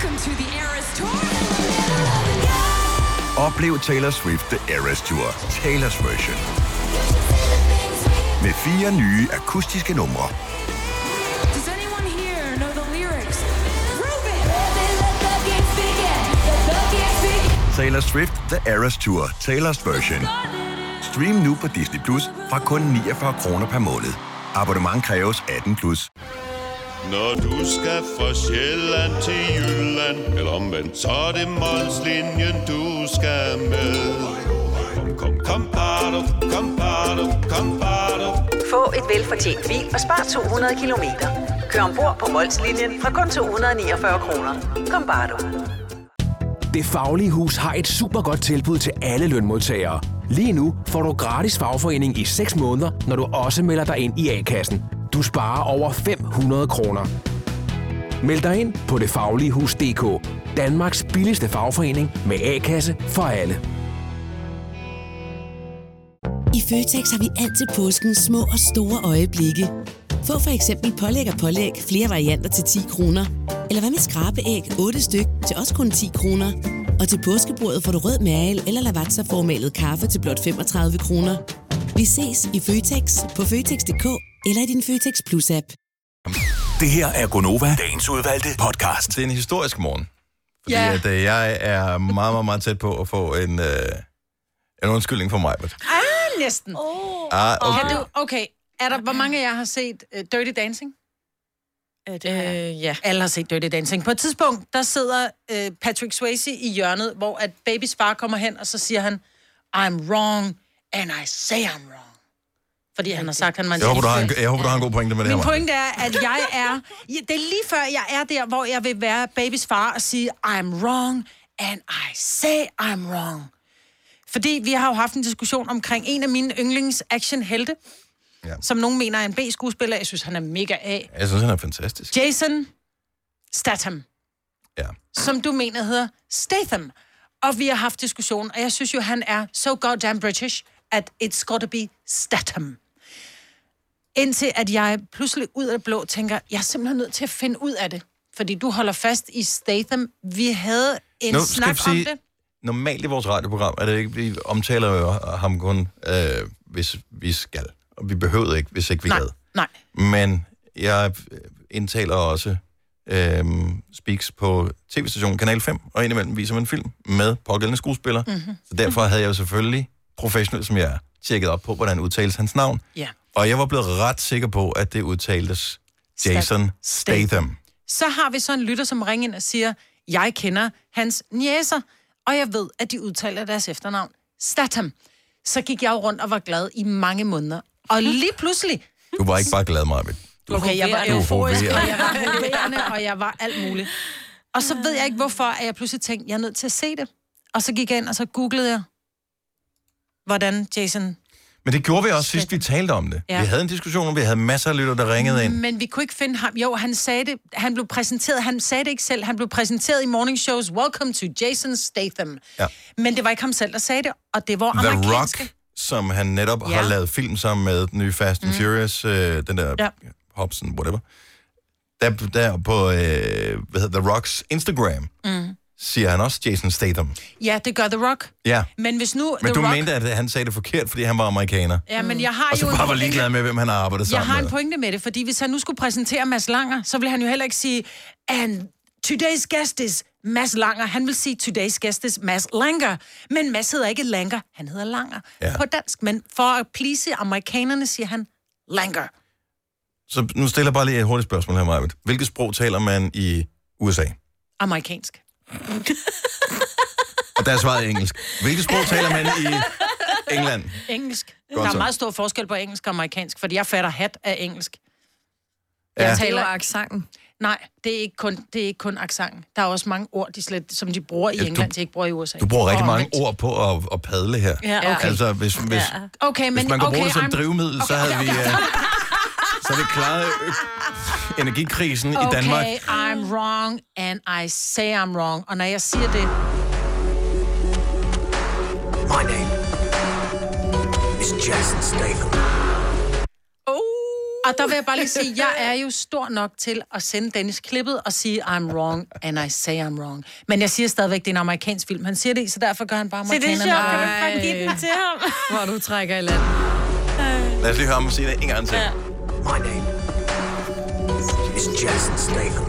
Oplev Taylor Swift The Eras Tour, Taylor's version. Med fire nye akustiske numre. Taylor Swift The Eras Tour, Taylor's version. Stream nu på Disney Plus fra kun niogfyrre kroner per måned. Abonnement kræves atten plus. Når du skal fra Sjælland til Jylland, eller omvendt, så er det Molslinjen, du skal med. Kom, kom, kom, bado, kom, bado, kom, bado. Få et velfortjent bil og spar to hundrede kilometer. Kør ombord på Molslinjen fra kun to hundrede niogfyrre kroner. Kom, bare du. Det Faglige Hus har et super godt tilbud til alle lønmodtagere. Lige nu får du gratis fagforening i seks måneder, når du også melder dig ind i A-kassen. Du sparer over fem hundrede kroner. Meld dig ind på det faglige hus punktum d k. Danmarks billigste fagforening med A-kasse for alle. I I Føtex har vi altid påsken små og store øjeblikke. Få for eksempel pålæg og pålæg flere varianter til ti kroner. Eller hvad med skrabeæg otte styk til også kun ti kroner. Og til påskebordet får du rød mal eller lavatserformalet kaffe til blot femogtredive kroner. Vi ses i Føtex på Føtex punktum d k eller i din Føtex Plus-app. Det her er Gonova, dagens udvalgte podcast. Det er en historisk morgen. Fordi Ja. at, øh, jeg er meget, meget, meget tæt på at få en, øh, en undskyldning for mig. Ah, næsten. Oh. Ah, okay. Kan du, okay, er der, hvor mange af jer har set uh, Dirty Dancing? Øh, ja. Alle har set Dirty Dancing. På et tidspunkt, der sidder uh, Patrick Swayze i hjørnet, hvor at babys far kommer hen, og så siger han, I'm wrong, and I say I'm wrong. Fordi han har sagt, han var en Jeg håber, du har en, jeg håber, du har en god pointe med det her. Min pointe er, at jeg er... Ja, det er lige før, jeg er der, hvor jeg vil være babys far og sige, I'm wrong, and I say I'm wrong. Fordi vi har jo haft en diskussion omkring en af mine yndlings actionhelte, ja. Som nogen mener er en B-skuespiller. Jeg synes, han er mega A. Jeg synes, han er fantastisk. Jason Statham. Ja. Som du mener hedder Statham. Og vi har haft diskussion, og jeg synes jo, han er so goddamn British, at it's gotta be Statham. Indtil at jeg pludselig ud af det blå tænker, jeg er simpelthen nødt til at finde ud af det. Fordi du holder fast i Statham. Vi havde en nu, snak sige, om det. Normalt i vores radioprogram er det ikke, vi omtaler jo ham kun, øh, hvis vi skal. Og vi behøvede ikke, hvis ikke vi Nej, gad. nej. Men jeg indtaler også øh, speaks på tv-stationen Kanal fem, og indimellem viser man en film med pågældende skuespiller. Mm-hmm. Så derfor havde jeg jo selvfølgelig, professionelt som jeg er, tjekket op på, hvordan udtales hans navn. Ja. Og jeg var blevet ret sikker på, at det udtaltes Jason Statham. Så har vi så en lytter, som ringer ind og siger, jeg kender hans niecer, og jeg ved, at de udtaler deres efternavn Statham. Så gik jeg jo rundt og var glad i mange måneder. Og lige pludselig... Du var ikke bare glad, Marvind. Okay, jeg var Du er euforisk, og hoverende. jeg var hoverende, og jeg var alt muligt. Og så ved jeg ikke, hvorfor at jeg pludselig tænkte, jeg er nødt til at se det. Og så gik jeg ind, og så googlede jeg, hvordan Jason... Men det gjorde vi også sidst, vi talte om det. Ja. Vi havde en diskussion, og vi havde masser af lytter, der ringede ind. Men vi kunne ikke finde ham. Jo, han sagde det. Han blev præsenteret. Han sagde det ikke selv. Han blev præsenteret i morning shows. Welcome to Jason Statham. Ja. Men det var ikke ham selv, der sagde det. Og det var The amerikanske. Rock, som han netop Ja. har lavet film sammen med den nye Fast and Mm. Furious, øh, den der Ja. Hobson, whatever. Der, der på, øh, hvad hedder The Rocks Instagram, Mm. siger han også Jason Statham. Ja, det gør The Rock. Ja, Men hvis nu men The du Rock... mente, at han sagde det forkert, fordi han var amerikaner. Ja, men jeg har Og så jo en bare var pointe- ligeglad med, hvem han har arbejdet Jeg sammen har en med. pointe med det, fordi hvis han nu skulle præsentere Mads Langer, så ville han jo heller ikke sige, and today's guest is Mads Langer. Han vil sige, today's guest is Mads Langer. Men Mads hedder ikke Langer, han hedder Langer Ja. på dansk. Men for at please amerikanerne, siger han Langer. Så nu stiller jeg bare lige et hurtigt spørgsmål her, Marvind. Hvilket sprog taler man i U S A? Amerikansk. Og der er svaret engelsk. Hvilket sprog taler man i England? Engelsk. Godt Der er så. meget stor forskel på engelsk og amerikansk, fordi jeg fatter hat af engelsk. Ja. Jeg Det er taler jo accenten. Nej, det er ikke kun, det er ikke kun accenten. Der er også mange ord, de slet, som de bruger i Ja, du- England, de ikke bruger i U S A. Du bruger rigtig Og mange omvendt. ord på at, at padle her. Ja, okay. Altså, hvis, hvis, Ja. Okay, hvis men- man kunne bruge okay, det som I'm- drivmiddel, så okay, havde okay, vi... okay. Uh, så havde vi klaret ø- energikrisen i Danmark. Okay, I'm wrong, and I say I'm wrong. Og når jeg siger det... My name is Jason Statham. Og der vil jeg bare lige sige, jeg er jo stor nok til at sende Dennis klippet og sige, I'm wrong, and I say I'm wrong. Men jeg siger stadigvæk, det er en amerikansk film. Han siger det i, så derfor gør han bare Se, det er amerikanerne. sjovt. Kan du ikke bare give den til ham? Hvor du trækker i land. Lad os lige høre ham sige det en gang til. Ja. My name is Jason Statham.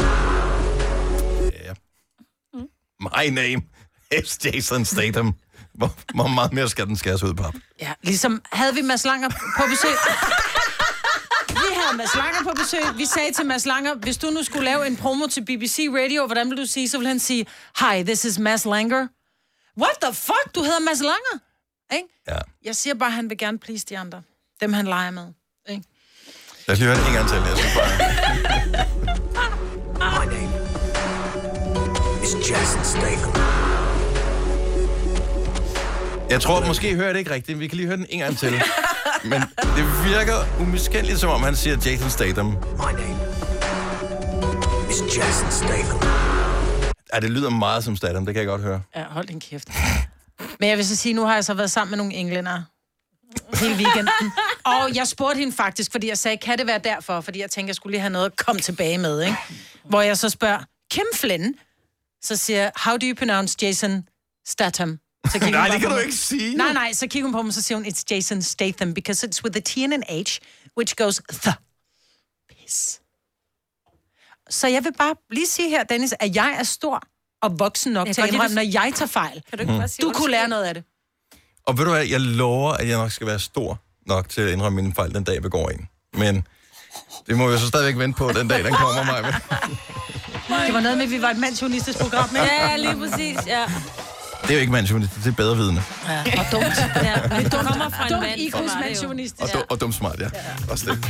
My name is Jason Statham. Hvor, hvor meget mere skal den skæres ud, pap? Ja, ligesom havde vi Mads Langer på besøg. Vi havde Mads Langer på besøg. Vi sagde til Mads Langer, hvis du nu skulle lave en promo til B B C Radio, hvordan vil du sige? Så vil han sige, hi, this is Mads Langer. What the fuck? Du hedder Mads Langer? Ikke? Ja. Jeg siger bare, at han vil gerne please de andre. Dem, han leger med. Ikke? Lad os lige høre det en gang til. Jeg synes bare... My name is Jason Statham. Jeg tror, måske hører jeg det ikke rigtigt. Vi kan lige høre den en gang til. Men det virker umiskendeligt, som om han siger Jason Statham. My name is Jason Statham. Ja, det lyder meget som Statham, det kan jeg godt høre. Ja, hold din kæft. Men jeg vil så sige, nu har jeg så været sammen med nogle englænder. hele weekenden. Og jeg spurgte hende faktisk, fordi jeg sagde, kan det være derfor? Fordi jeg tænkte, jeg skulle lige have noget at komme tilbage med, ikke? Hvor jeg så spørger, Kim Flynn? Så siger jeg, how do you pronounce Jason Statham? Så nej, det kan du mig. ikke sige. Nej, nej, så kigger hun på mig, så siger hun, it's Jason Statham, because it's with a T and an H, which goes the. Piss. Så jeg vil bare lige sige her, Dennis, at jeg er stor og voksen nok til at indrømme, når jeg tager fejl. Kan du ikke bare sige, du kunne lære noget af det. Og ved du hvad, jeg lover, at jeg nok skal være stor nok til at indrømme mine fejl den dag, vi går ind. Men det må vi så stadigvæk vente på, den dag, den kommer mig med. Det var noget med, at vi var et mandsjournalistisk program, men... Ja, lige præcis, ja. Det er jo ikke mandsjournalist, det er bedre vidne. Ja, og dumt. Ja, men det kommer fra en dumt mand. Dumt hos mandsjournalistisk. Og, du, og dumt smart, ja. ja. Også det.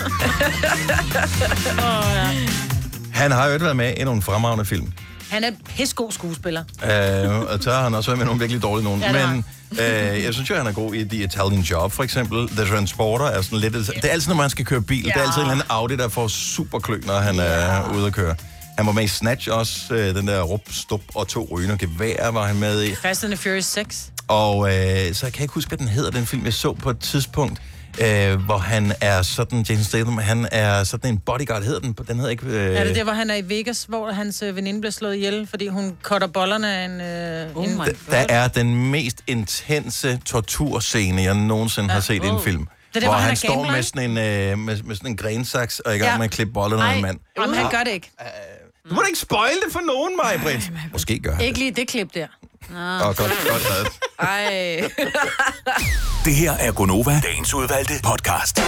oh, ja. Han har jo ikke været med i nogle fremragende film. Han er pissegod skuespiller. Øh, og så har han også været med nogle virkelig dårlige nogen. Ja, men øh, jeg synes jo, han er god i The Italian Job, for eksempel. The Transporter er sådan lidt... Det er altid, når man skal køre bil. Ja. Det er altid en eller anden Audi, der får superklø, når han ja. er ude at køre. Han var med i Snatch også. Øh, den der rup, stup og to rygende gevær var han med i. Fast and the Furious seks. Og øh, så jeg kan ikke huske, hvad den hedder, den film, jeg så på et tidspunkt. Øh, hvor han er sådan, Jason Statham, han er sådan en bodyguard, hedder den, den hedder ikke... Øh... Er det der, hvor han er i Vegas, hvor hans øh, veninde bliver slået ihjel, fordi hun cutter bollerne af en... Øh, oh en... D- der er den mest intense torturscene, jeg nogensinde ja. har set oh. i en film. Det der, hvor, hvor han, han står gambler, med sådan, en, øh, med, med sådan en grensaks og er i gang ja. med at klippe bollerne af en mand. Jamen, han gør det ikke. Du må da ikke spoil det for nogen, Maj-Brit. Måske gør han Ikke lige det klip der. Åh, oh, godt, godt reddet. Ej. Det her er Gonova, dagens udvalgte podcast.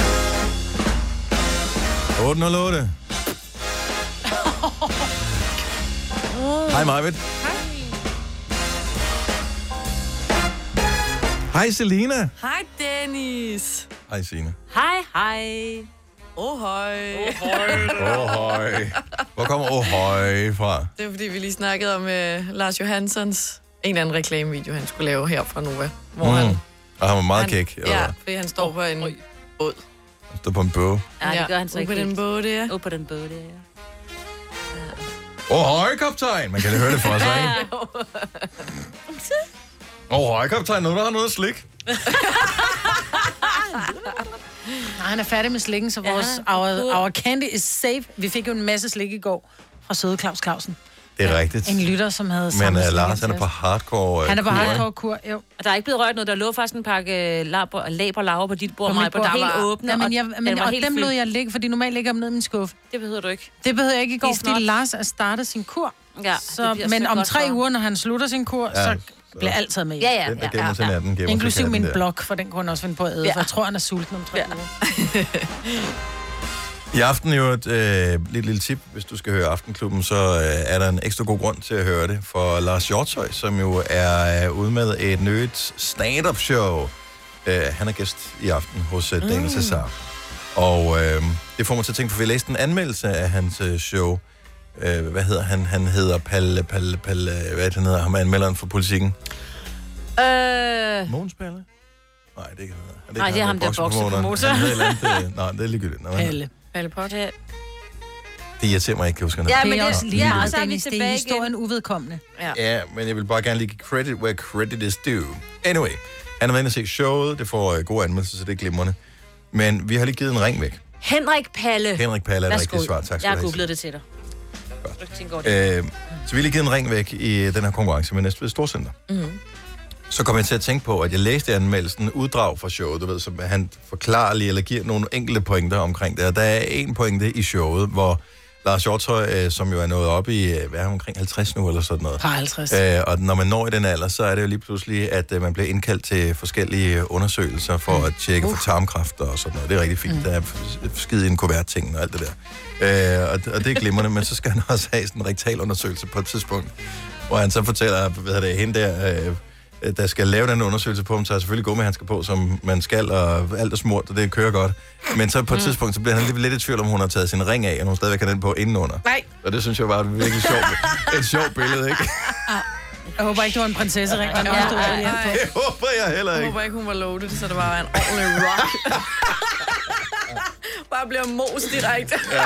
otte nul otte. Hej, Maj-Brit. Hej, Selina. Hej, Dennis. Hej, Signe. Hej, hej. Oh, høj. Oh, høj. Åh, høj. Hvor kommer åh, høj fra? Det er, fordi vi lige snakkede om uh, Lars Johanssons en eller anden reklamevideo, han skulle lave her fra Nova. Hvor mm. han, og han var meget han, kæk. Ja, fordi han står på en båd. Han står på en båd. Ja, det gør han så ja, ikke. på den båd, ja. Ude på den båd, ja. Åh, høj, kaptajn. Man kan det høre det for sig, ikke? Åh, høj, kaptajn. Nu der har noget at slik. Nej, han er færdig med slikken, så vores ja, our, our candy is safe. Vi fik jo en masse slik i går fra søde Claus Clausen. Det er rigtigt. En lytter, som havde Men samlet uh, Lars, han er på hardcore Han er på kur, hardcore kur, jo. Og der er ikke blevet rørt noget. Der lå faktisk en pakke laber, laber på dit bord, på mig, på der helt var åbne. Ja, men jeg, men, og, og dem lod fyldt. jeg ligge, fordi normalt ligger dem ned i min skuffe. Det behøver du ikke. Det behøver jeg ikke i går, fordi snart. Lars er startet sin kur. Ja, så, men om tre uger, når han slutter sin kur, ja, så bliver alt taget med. Ja, ja, den, der ja, gemmer til natten, gemmer inklusiv min der. blok, for den kunne han også finde på at æde, ja. For jeg tror, han er sulten om tre ja. uger. I aften jo et øh, lidt lille tip. Hvis du skal høre Aftenklubben, så øh, er der en ekstra god grund til at høre det. For Lars Hjortshøj, som jo er øh, ude med et nyt stand-up show. Øh, han er gæst i aften hos øh, Daniel Cesar. Mm. Og øh, det får mig til at tænke på, for vi læste en anmeldelse af hans øh, show. Øh, hvad hedder han? Han hedder Palle, Palle, Palle, hvad er det, han hedder? Ham er anmelderen for Politikken. Øh... Mogens Palle? Nej, det er ikke han. Nej, det er ham, der bokser på motor. Nej, det er ligegyldigt. Palle. Palle Potte. Det irriterer mig ikke, kan huske. Ja, men det er også lige ja, meget, så er vi Dennis. Det er historien uvedkommende. Ja. ja, men jeg vil bare gerne lige give credit where credit is due. Anyway, han har været inde og se showet. Det får uh, gode anmeldelser, så det er glimrende. Men vi har lige givet en ring væk. Henrik Palle. Henrik Palle er det rigtige svar. Tak skal du have. have. Jeg har googlet det til dig. Øh, så vi har lige givet en ring væk i den her konkurrence med Næstved Storcenter. Mm-hmm. Så kom jeg til at tænke på, at jeg læste anmeldelsen uddrag fra showet, du ved, så han forklarer lige, eller giver nogle enkelte pointer omkring det. Og der er en pointe i showet, hvor Lars Hjortshøj, øh, som jo er nået op i, hvad er omkring halvtreds nu, eller sådan noget. Par halvtreds. Øh, og når man når i den alder, så er det jo lige pludselig, at øh, man bliver indkaldt til forskellige undersøgelser for mm. at tjekke uh. for tarmkræft og sådan noget. Det er rigtig fint. Mm. Der er skide i en kuvert-ting og alt det der. Øh, og, og det er glimrende, men så skal han også have sådan en rektalundersøgelse på et tidspunkt, hvor han så fortæller, hvad det er, hende der... Øh, der skal lave den undersøgelse på ham, så er selvfølgelig gummihandsker på, som man skal, og alt er smurt, og det kører godt. Men så på et mm. tidspunkt, så bliver han lidt, lidt i tvivl, om hun har taget sin ring af, og hun stadigvæk har den på indenunder. Nej. Og det synes jeg var et virkelig sjovt, et sjovt billede, ikke? Jeg håber ikke, det var en prinsessering. Ja, ja, ja, ja. Det håber jeg heller ikke. Jeg håber ikke, hun var loaded, så det var en ordentlig rock. Bare bliver mos direkte. Ja.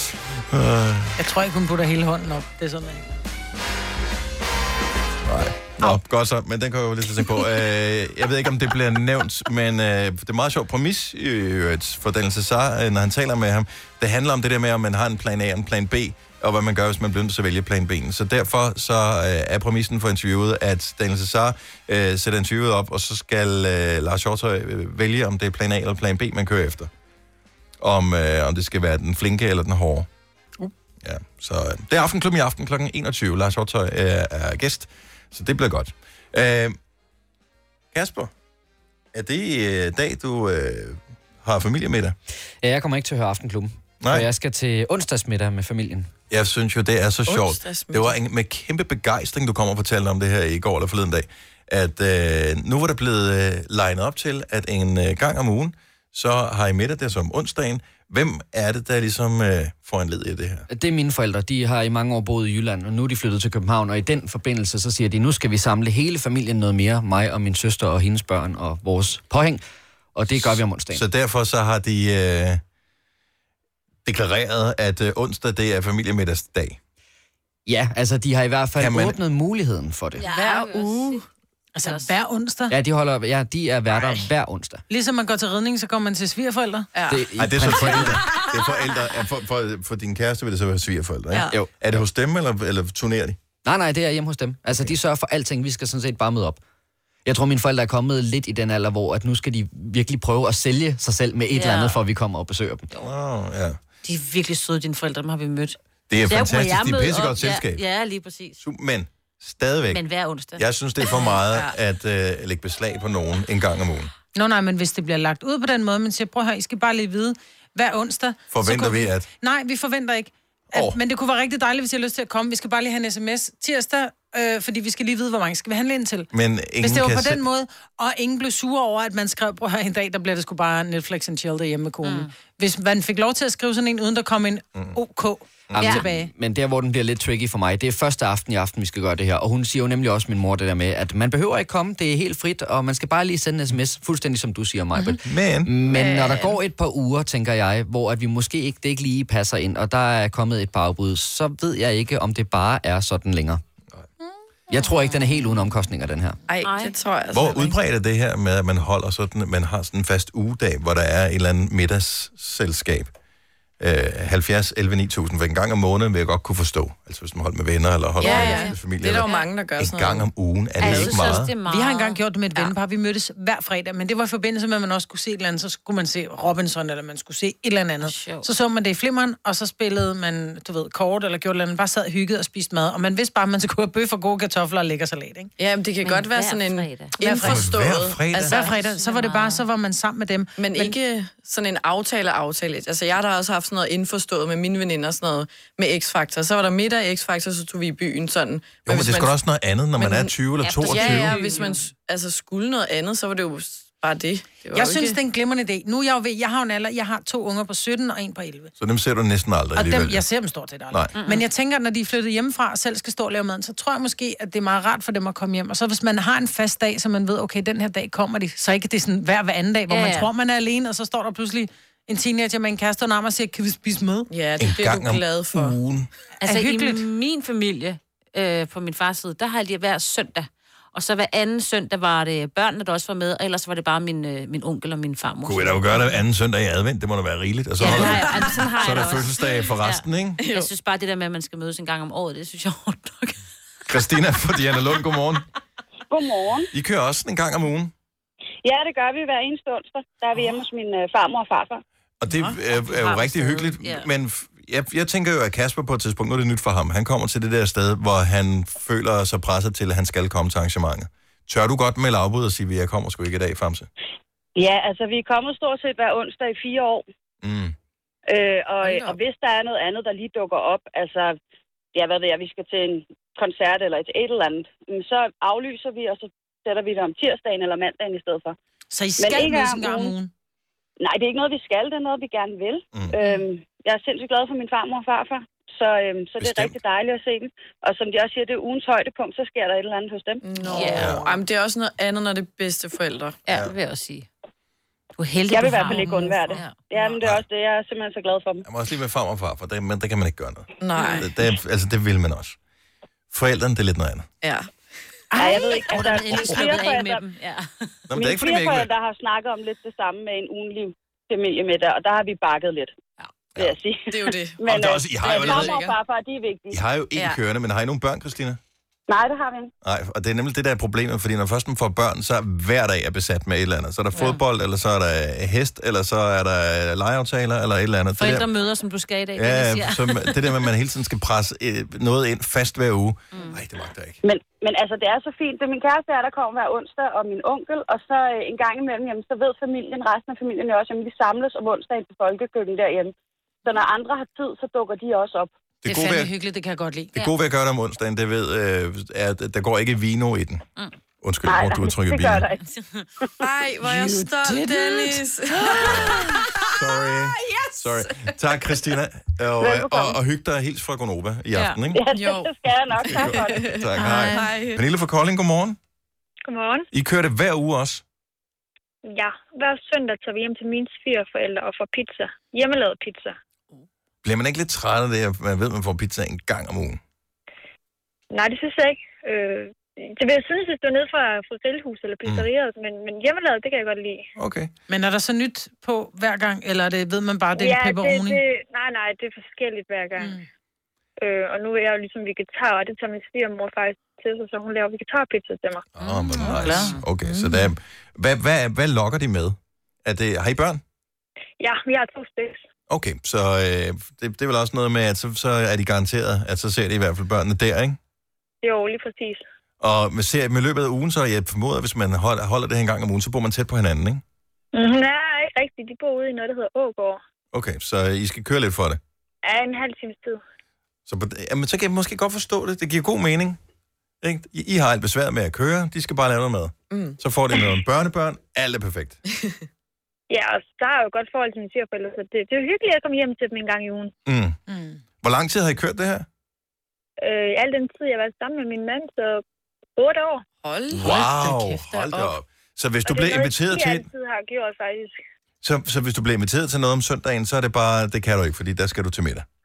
Jeg tror ikke, hun putter hele hånden op. Det er sådan, ikke? Nej. Nå, godt så, men den kan jeg jo lidt tænke på. Øh, jeg ved ikke, om det bliver nævnt, men øh, det er meget sjovt præmis i øvrigt for Daniel Cesar, når han taler med ham. Det handler om det der med, om man har en plan A og en plan B, og hvad man gør, hvis man bliver nødt til at vælge plan B'en. Så derfor så øh, er præmissen for interviewet, at Daniel Cesar øh, sætter interviewet op, og så skal øh, Lars Hjortøj øh, vælge, om det er plan A eller plan B, man kører efter. Om, øh, om det skal være den flinke eller den hårde. Uh. Ja, så øh, det er Aftenklubben i aften klokken enogtyve. Lars Hjortøj øh, er gæst, så det bliver godt. Øh, Kasper, er det øh, dag, du øh, har familiemiddag? Ja, jeg kommer ikke til at høre Aftenklubben. Nej. For jeg skal til onsdagsmiddag med familien. Jeg synes jo, det er så sjovt. Det var en, med kæmpe begejstring, du kommer og fortalte om det her i går eller forleden dag, at øh, nu var der blevet øh, legnet op til, at en øh, gang om ugen, så har I middag der som onsdagen. Hvem er det, der ligesom øh, får en led i det her? Det er mine forældre. De har i mange år boet i Jylland, og nu er de flyttet til København, og i den forbindelse, så siger de, nu skal vi samle hele familien noget mere, mig og min søster og hendes børn og vores påhæng, og det gør vi om onsdagen. Så derfor så har de øh, deklareret, at øh, onsdag, det er familiemiddagsdag. Ja, altså de har i hvert fald man... åbnet muligheden for det. Ja, hver uge. Altså hver onsdag? Ja, de, holder, ja, de er værter Ej. hver onsdag. Ligesom man går til ridning, så går man til svigerforældre? Ja. Det, Ej, det er så forældre. Det er forældre. For, for, for din kæreste vil det så være svigerforældre, ikke? Ja. Jo. Er det hos dem, eller, eller turnerer de? Nej, nej, det er hjemme hos dem. Altså, okay. De sørger for alting. Vi skal sådan set bare møde op. Jeg tror, mine forældre er kommet lidt i den alder, hvor at nu skal de virkelig prøve at sælge sig selv med et ja. eller andet, for at vi kommer og besøger dem. Wow, ja. De er virkelig søde, dine forældre, dem har vi mødt. Det er så fantastisk, de er pissegodt selskab. Ja, ja, lige præcis. Men stadigvæk. Men hver onsdag. Jeg synes, det er for meget ja. at øh, lægge beslag på nogen en gang om ugen. Nå nej, men hvis det bliver lagt ud på den måde, man siger, prøv her, I skal bare lige vide, hver onsdag... Forventer vi, at... Nej, vi forventer ikke. At, oh. Men det kunne være rigtig dejligt, hvis I har lyst til at komme. Vi skal bare lige have en sms tirsdag, øh, fordi vi skal lige vide, hvor mange skal vi handle ind til. Men hvis det var på den måde, og ingen blev sure over, at man skrev, prøv her en dag, der bliver det sgu bare Netflix and chill derhjemme med konen. Mm. Hvis man fik lov til at skrive sådan en, uden der kom en OK ja. tilbage. Men der, hvor den bliver lidt tricky for mig, det er første aften i aften, vi skal gøre det her. Og hun siger jo nemlig også, min mor, det der med, at man behøver ikke komme, det er helt frit, og man skal bare lige sende en sms, fuldstændig som du siger, Majbert. Mm-hmm. Men, Men når der går et par uger, tænker jeg, hvor at vi måske ikke, det ikke lige passer ind, og der er kommet et par afbud, så ved jeg ikke, om det bare er sådan længere. Jeg tror ikke, den er helt uden omkostninger, den her. Ej, det tror jeg altså. Hvor udbredt er det her med, at man holder sådan, man har sådan en fast ugedag, hvor der er et eller andet middagsselskab? Øh, halvfjerds elleve ni tusind, for en gang om måneden vil jeg godt kunne forstå. Altså hvis man holder med venner, eller holder ja, ja. med familie. Det er der jo mange, der gør sådan noget. En gang om ugen, er det altså, ikke meget? Det meget? Vi har engang gjort det med et ja. venpar. Vi mødtes hver fredag, men det var i forbindelse med, at man også skulle se et eller andet. Så skulle man se Robinson, eller man skulle se et eller andet. Så så man det i flimmeren, og så spillede man, du ved, kort, eller gjorde et eller andet. Bare sad hygget og spiste mad. Og man vidste bare, at man skulle have bøf og gode kartofler og lækker salat, ikke? Ja, men det kan men godt være sådan en indforstået. Hver fredag? Altså, hver fredag, så var det bare, så var man sammen med dem. Men, men ikke sådan en aftale-aftale. Altså, jeg har da også haft sådan noget indforstået med mine veninder, sådan noget med X-Factor. Så var der middag i X-Factor, så tog vi i byen sådan. Men jo, men det er sgu da også noget andet, når man er tyve eller toogtyve. Ja, ja, hvis man altså, skulle noget andet, så var det jo bare det. det var jeg jo synes, ikke... det er en glimrende idé. Nu er jeg jo ved, jeg har en alder, jeg har to unger på sytten og en på elleve. Så dem ser du næsten aldrig og alligevel? Dem, jeg ser dem stort set aldrig. Mm-hmm. Men jeg tænker, når de er flyttet hjemmefra og selv skal stå og lave maden, så tror jeg måske, at det er meget rart for dem at komme hjem. Og så hvis man har en fast dag, så man ved, okay, den her dag kommer de, så ikke det er sådan hver hver anden dag, hvor ja, man ja. tror, man er alene, og så står der pludselig en teenager med en kæreste og nærmere og siger, kan vi spise mad? Ja, det bliver du glad for. Ugen. Altså i min familie, øh, på min fars side, der har de hver søndag. Og så hver anden søndag var det børnene, der også var med, og ellers var det bare min, øh, min onkel og min farmor. Kunne jeg da jo gøre det anden søndag i advent, det må da være rigeligt. Og så, ja, der, nej, altså, har så er der fødselsdag for resten, ja. ikke? Jeg synes bare, det der med, at man skal mødes en gang om året, det synes jeg er hårdt nok. Christina fra Diana Lund, godmorgen. Godmorgen. I kører også en gang om ugen? Ja, det gør vi hver eneste onsdag. Der er vi hjemme hos min øh, farmor og farfar. Og det er, er jo rigtig hyggeligt, men jeg, jeg tænker jo, at Kasper på et tidspunkt, nu er det nyt for ham, han kommer til det der sted, hvor han føler sig presset til, at han skal komme til arrangementet. Tør du godt melde afbud og sige, at jeg kommer sgu ikke i dag, Famse? Ja, altså vi er kommet stort set hver onsdag i fire år. Mm. Øh, og, og hvis der er noget andet, der lige dukker op, altså, ja, hvad ved jeg, vi skal til en koncert eller et, et eller andet, så aflyser vi, og så sætter vi det om tirsdagen eller mandagen i stedet for. Så I skal mødes en gang om ugen? Nej, det er ikke noget, vi skal. Det er noget, vi gerne vil. Mm. Øhm, jeg er sindssygt glad for min farmor og farfar, så, øhm, så det er rigtig dejligt at se dem. Og som de også siger, det er ugens højdepunkt, så sker der et eller andet hos dem. Nå, yeah. Jamen, det er også noget andet, når det er bedste forældre. Ja, det vil jeg også sige. Du er heldig, jeg vil i hvert fald ikke undvære det. Ja. ja, men det er også det. Jeg er simpelthen så glad for dem. Jeg må også lige være farmor og farfar, det, men det kan man ikke gøre noget. Nej. Det, det, altså, det vil man også. Forældrene, det er lidt noget andet. Ja. Ej, jeg ved ikke, Åh, altså, der er endelig flere sluppet af med forældre, dem. Ja. Nå, men det er mine ikke, fordi vi ikke vil- svigerforældre har snakket om lidt det samme med en ugenlig familiemiddag, og der har vi bakket lidt, ja. vil jeg sige. Det er jo det. Men Og der er også- I har jo øh, allerede- farmor og farfar, de er vigtige. I har jo en Ja. kørende, men har I nogle børn, Christina? Nej, det har vi ikke. Nej, og det er nemlig det, der er problemet, fordi når først man får børn, så er hver dag er besat med et eller andet. Så er der fodbold, eller så er der hest, eller så er der legeaftaler, eller et eller andet. Det der- Forældremøder, som du skal i dag. Ja, det, siger. som, det der med, at man hele tiden skal presse øh, noget ind fast hver uge. Mm. Nej, det magter jeg ikke. Men, men altså, det er så fint. Det er min kæreste, er, der kommer hver onsdag, og min onkel, og så øh, en gang imellem, jamen, så ved familien, resten af familien jo også, jamen, vi samles om onsdagen på folkekøkken derhjemme. Så når andre har tid, så dukker de også op. Det er gode fandme ved- hyggeligt, det kan jeg godt lide. Det gode ved at gøre det om onsdagen, det ved, øh, er, at der går ikke vino i den. Mm. Undskyld, Nej, hvor du har trykket det gør vino. der ikke. Ej, hvor er jeg You stolt, did it. Dennis. Sorry. Yes. Sorry. Tak, Christina. Og, og, og hyg dig helt fra Gonova i aften, ikke? Ja, det, det skal jeg nok. Tak for det. Tak, hej. Hej. Pernille fra Kolding, godmorgen. Godmorgen. I kører det hver uge også? Ja, hver søndag tager vi hjem til mine svigerforældre og får pizza. Hjemmelavet pizza. Bliver man ikke lidt træt af det, at man ved, at man får pizza en gang om ugen? Nej, det synes jeg ikke. Øh, det vil jeg synes, hvis du er nede fra, fra grillhus eller pizzeriet, mm. men, men hjemmelavet, det kan jeg godt lide. Okay. Men er der så nyt på hver gang, eller er det, ved man bare, det er ja, det, pepperoni? det, nej, nej, det er forskelligt hver gang. Mm. Øh, og nu er jeg jo ligesom vegetar, og det tager min svigermor faktisk til sig, så hun laver vegetarpizza til mig. Åh, oh, hvor nice. Okay, så der, hvad, hvad, hvad lokker de med? Er det, har I børn? Ja, vi har to stykker. Okay, så øh, det, det er vel også noget med, at så, så er de garanteret, at så ser de i hvert fald børnene der, ikke? Jo, lige præcis. Og med, ser, med løbet af ugen, så er jeg formodet, at hvis man holder, holder det her en gang om ugen, så bor man tæt på hinanden, ikke? Mm, nej, ikke rigtigt. De bor ude i noget, der hedder Ågård. Okay, så I skal køre lidt for det. Ja, en halv times tid. Så, på, jamen, så kan jeg måske godt forstå det. Det giver god mening. Ikke? I, I har alt besvær med at køre, de skal bare lave noget mad. Mm. Så får de noget børnebørn, alt er perfekt. Ja, og så har jeg jo godt forhold til mine svigerforældre, så det, det er jo hyggeligt at komme hjem til dem en gang i ugen. Mm. Mm. Hvor lang tid har I kørt det her? Øh, al den tid, jeg har været sammen med min mand, så otte år. Hold Wow, hold da op. Så hvis Og du det bliver er noget, inviteret de til... altid har gjort, faktisk. Så, så hvis du bliver inviteret til noget om søndagen, så er det bare... Det kan du ikke, fordi der skal du til middag.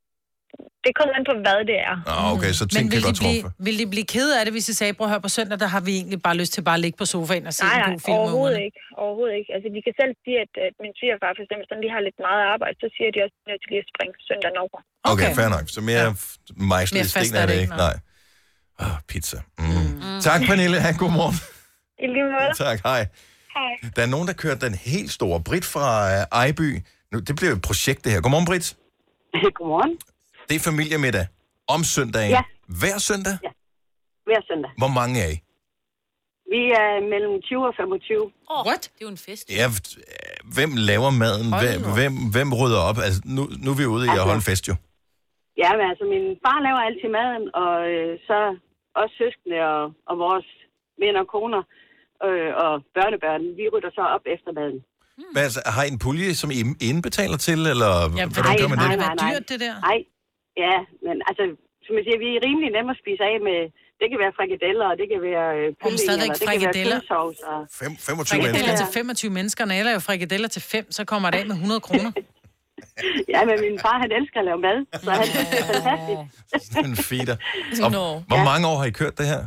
Det kommer an på, hvad det er. Ah, okay, så Men ting kan vil de, godt blive, trumfe. vil de blive kede af det, hvis I sagde, prøv at høre på søndag, der har vi egentlig bare lyst til bare at ligge på sofaen og se Nej, en nej, god film med overhovedet ungerne? ikke. Overhovedet ikke. Altså, de kan selv sige, at, at min svigerfar for eksempel, sådan, de har lidt meget arbejde, så siger de også, at de er nødt til lige at springe søndagen over. Okay, okay, fair nok. Så mere ja. mejslet Mere i sten fast er det ikke. Nej. Oh, pizza. Mm. Mm. Tak, Pernille. Ha' god morgen. I lige måde. Tak, hej. Hej. Der er nogen, der kører den helt store. Britt fra uh, Ejby. Nu, det bliver et projekt, det her. Godmorgen, Britt. Godmorgen. Det er familiemiddag om søndagen. Ja. Hver søndag? Ja, hver søndag. Hvor mange er I? Vi er mellem tyve og femogtyve. Oh, What? Det er jo en fest. Ja, hvem laver maden? Hvem, hvem, hvem rydder op? Altså, nu, nu er vi ude i at Altså- holde fest, jo. Ja, men altså, min far laver altid maden, og øh, så også søskende og, og vores mænd og koner øh, og børnebørn, vi rydder så op efter maden. Hvad, altså, har I en pulje, som I indbetaler til, eller Ja, hvordan gør man det? nej, nej, nej. dyrt, det der? Nej, ja, men altså, som jeg siger, vi er rimelig nemme at spise af med, det kan være frikadeller, og det kan være øh, Men kylling, stadigvæk eller det kan være frikadeller. kødsovs. Og... Fem, femogtyve Frikadeller mennesker. til femogtyve mennesker, når jeg laver frikadeller til fem, så kommer det af med hundrede kroner. Ja, men min far, han elsker at lave mad, så han synes, det er fantastisk. Sådan en feeder. Og, Nå. hvor Ja. mange år har I kørt det her?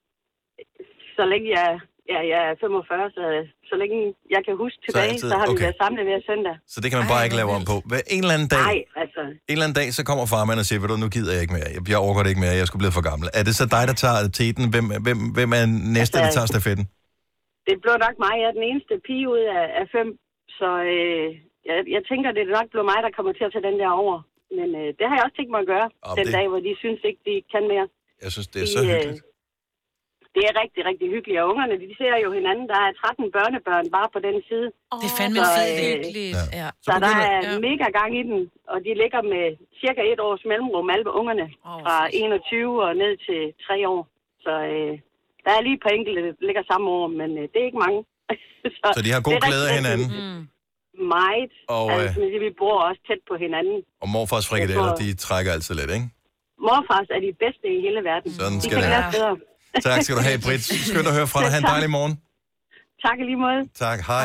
Så længe jeg, ja, jeg er femogfyrre, så, så længe jeg kan huske tilbage, så, altid- så har vi okay. været samlet hver søndag. Så det kan man bare ikke lave om på. Hver en eller anden dag, Nej, altså, en eller anden dag, så kommer farmand og siger, ved du, nu gider jeg ikke mere. Jeg, jeg overgår det ikke mere. Jeg er sgu blevet for gammel. Er det så dig, der tager teten? Hvem, hvem, hvem er næste, der Altså, tager stafetten? det blev nok mig. Jeg er den eneste pige ud af, af fem, så øh, jeg, jeg tænker, det er nok blevet mig, der kommer til at tage den der over. Men øh, det har jeg også tænkt mig at gøre, Og den det- dag, hvor de synes ikke, de kan mere. Jeg synes, det er De, så øh, hyggeligt. Det er rigtig, rigtig hyggeligt. Og ungerne, de ser jo hinanden. Der er tretten børnebørn bare på den side. Det er fandme Så, fedt. øh, Hyggeligt. Ja. Så, så der er ja. mega gang i den, og de ligger med cirka et års mellemrum, alle ungerne, oh, fra enogtyve og ned til tre år. Så øh, der er lige et par enkelte, der ligger samme år, men øh, det er ikke mange. så, Så de har god det er glæde af rigtig, hinanden. rigtig Meget. Og, altså, øh, som jeg siger, vi bor også tæt på hinanden. Og morfars frikadeller, Jeg tror- de trækker altid lidt, ikke? Morfars er de bedste i hele verden. Sådan de skal kan det klare være. bedre. Tak skal du have, Britt. Skønt at høre fra dig. Ha' en dejlig morgen. Tak i lige måde. Tak, hej.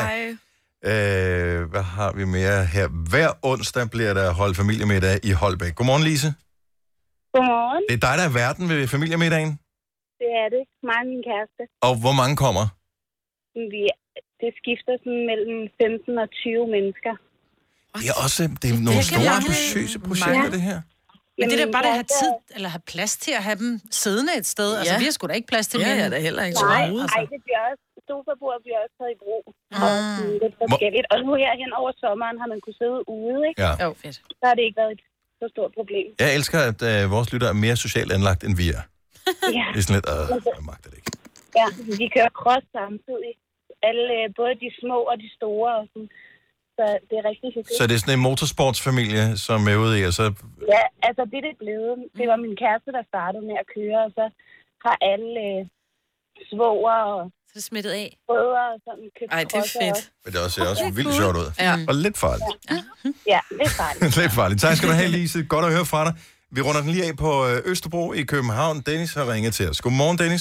Øh, hvad har vi mere her? Hver onsdag bliver der holdt familiemiddag i Holbæk. Godmorgen, Lise. Godmorgen. Det er dig, der er verden ved familiemiddagen. Det er det. mig og min kæreste. Og hvor mange kommer? Vi, det skifter sådan mellem femten og tyve mennesker. Det er også det er nogle store, ambitiøse projekter, det her. Men det der bare at have tid, eller have plads til at have dem siddende et sted. Ja. Altså, vi har sgu da ikke plads til ja, mere. Ja, det er heller ikke så meget. Nej, nej, det bliver også, sofabordet bliver også taget i brug. Mm. Og sådan lidt forskelligt. Og nu her hen over sommeren har man kunne sidde ude, ikke? Ja. Jo, fedt. Så har det ikke været et så stort problem. Jeg elsker, at uh, vores lytter er mere socialt anlagt, end vi er. Ja. Det er sådan lidt, øh, jeg magter det ikke. Ja, de kører cross samtidig. Alle, både de små og de store og sådan. Så det er rigtig hyggeligt. Så det er sådan en motorsportsfamilie, som er ude i, og så... Ja, altså det er det blevet. Det var min kæreste, der startede med at køre, og så har alle øh, svoger og... Så det smittet af? Brødre og sådan købt. Ej, det er fedt. Men det ser også vildt sjovt ud. Ja. Og lidt farligt. Ja, ja lidt farligt. lidt farligt. Tak skal du have, Lise. Godt at høre fra dig. Vi runder den lige af på Østerbro i København. Dennis har ringet til os. Godmorgen, Dennis.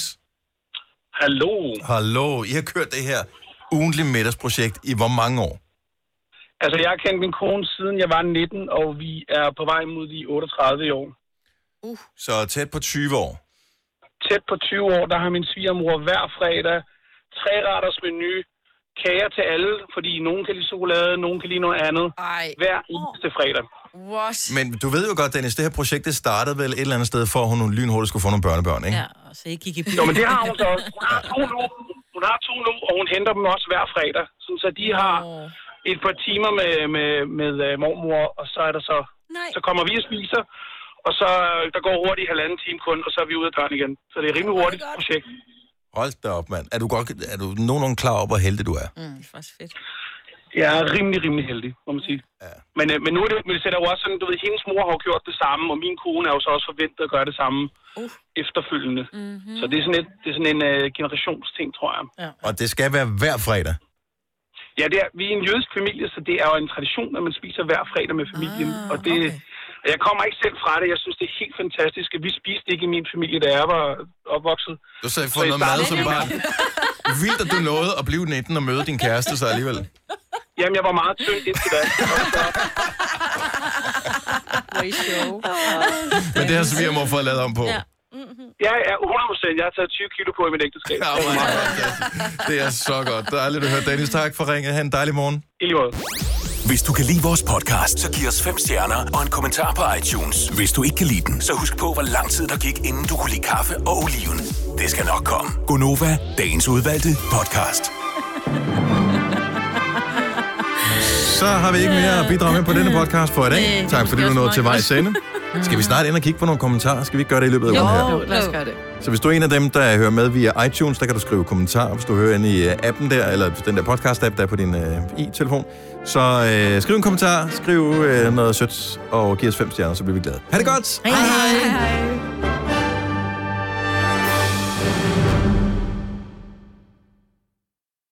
Hallo. Hallo. I har kørt det her ugentlige middagsprojekt i hvor mange år? Altså, jeg har kendt min kone siden jeg var nitten, og vi er på vej mod de otteogtredive i år. Uh. Så tæt på tyve år? Tæt på tyve år, der har min svigermor hver fredag tre retters menu, kager til alle, fordi nogen kan lide chokolade, nogen kan lide noget andet. Ej. Hver eneste fredag. What? Men du ved jo godt, Dennis, det her projekt det startede vel et eller andet sted, for at hun lynhurtigt skulle få nogle børnebørn, ikke? Ja, og så ikke gik i byen. Jo, men det har hun så også. Hun har to nu, hun har to nu og hun henter dem også hver fredag. Så de har et par timer med, med, med uh, mormor, og så er der så... Nej. Så kommer vi og spiser, og så der går hurtigt halvanden time kun, og så er vi ude af døren igen. Så det er et rimelig hurtigt oh projekt. Hold da op, mand. Er du, godt, er du nogenlunde klar over, hvor heldig du er? Mm, det er faktisk fedt. Jeg er rimelig, rimelig heldig, må man sige. Ja. Men, øh, men nu er det, men det sætter jo også sådan, du ved, hendes mor har jo gjort det samme, og min kone er jo så også forventet at gøre det samme uh. efterfølgende. Mm-hmm. Så det er sådan, et, det er sådan en uh, generationsting, tror jeg. Ja. Og det skal være hver fredag? Ja, det er, vi er en jødisk familie, så det er jo en tradition, at man spiser hver fredag med familien. Ah, og det, okay. Jeg kommer ikke selv fra det. Jeg synes, det er helt fantastisk. Vi spiste ikke i min familie, da jeg var opvokset. Du sagde for noget mad som barn. Vildt, at du nåede at blive nitten og møde din kæreste så alligevel. Jamen, jeg var meget tynd indtil da. Men det har svigermor fået lavet om på. Ja. Ja, ja, hundrede procent. Jeg har taget tyve kilo på i mit ægteskab. Ja, det er så godt. Dejligt at høre, Dennis. Tak for ringet. Ha' en dejlig morgen. I lige måde. Hvis du kan lide vores podcast, så giv os fem stjerner og en kommentar på iTunes. Hvis du ikke kan lide den, så husk på, hvor lang tid der gik, inden du kunne lide kaffe og oliven. Det skal nok komme. Gonova, dagens udvalgte podcast. Så har vi ikke mere at bidrage med på denne podcast for i dag. Tak fordi du nåede til vejs ende. Skal vi snart ind og kigge på nogle kommentarer? Skal vi ikke gøre det i løbet af ugen her? Jo, lad os gøre det. Så hvis du er en af dem, der hører med via iTunes, der kan du skrive kommentarer. Hvis du hører ind i appen der, eller den der podcast-app, der er på din uh, i-telefon, så uh, skriv en kommentar, skriv uh, noget sødt, og giv os fem stjerner, så bliver vi glade. Ha' det godt! Hej hej! hej.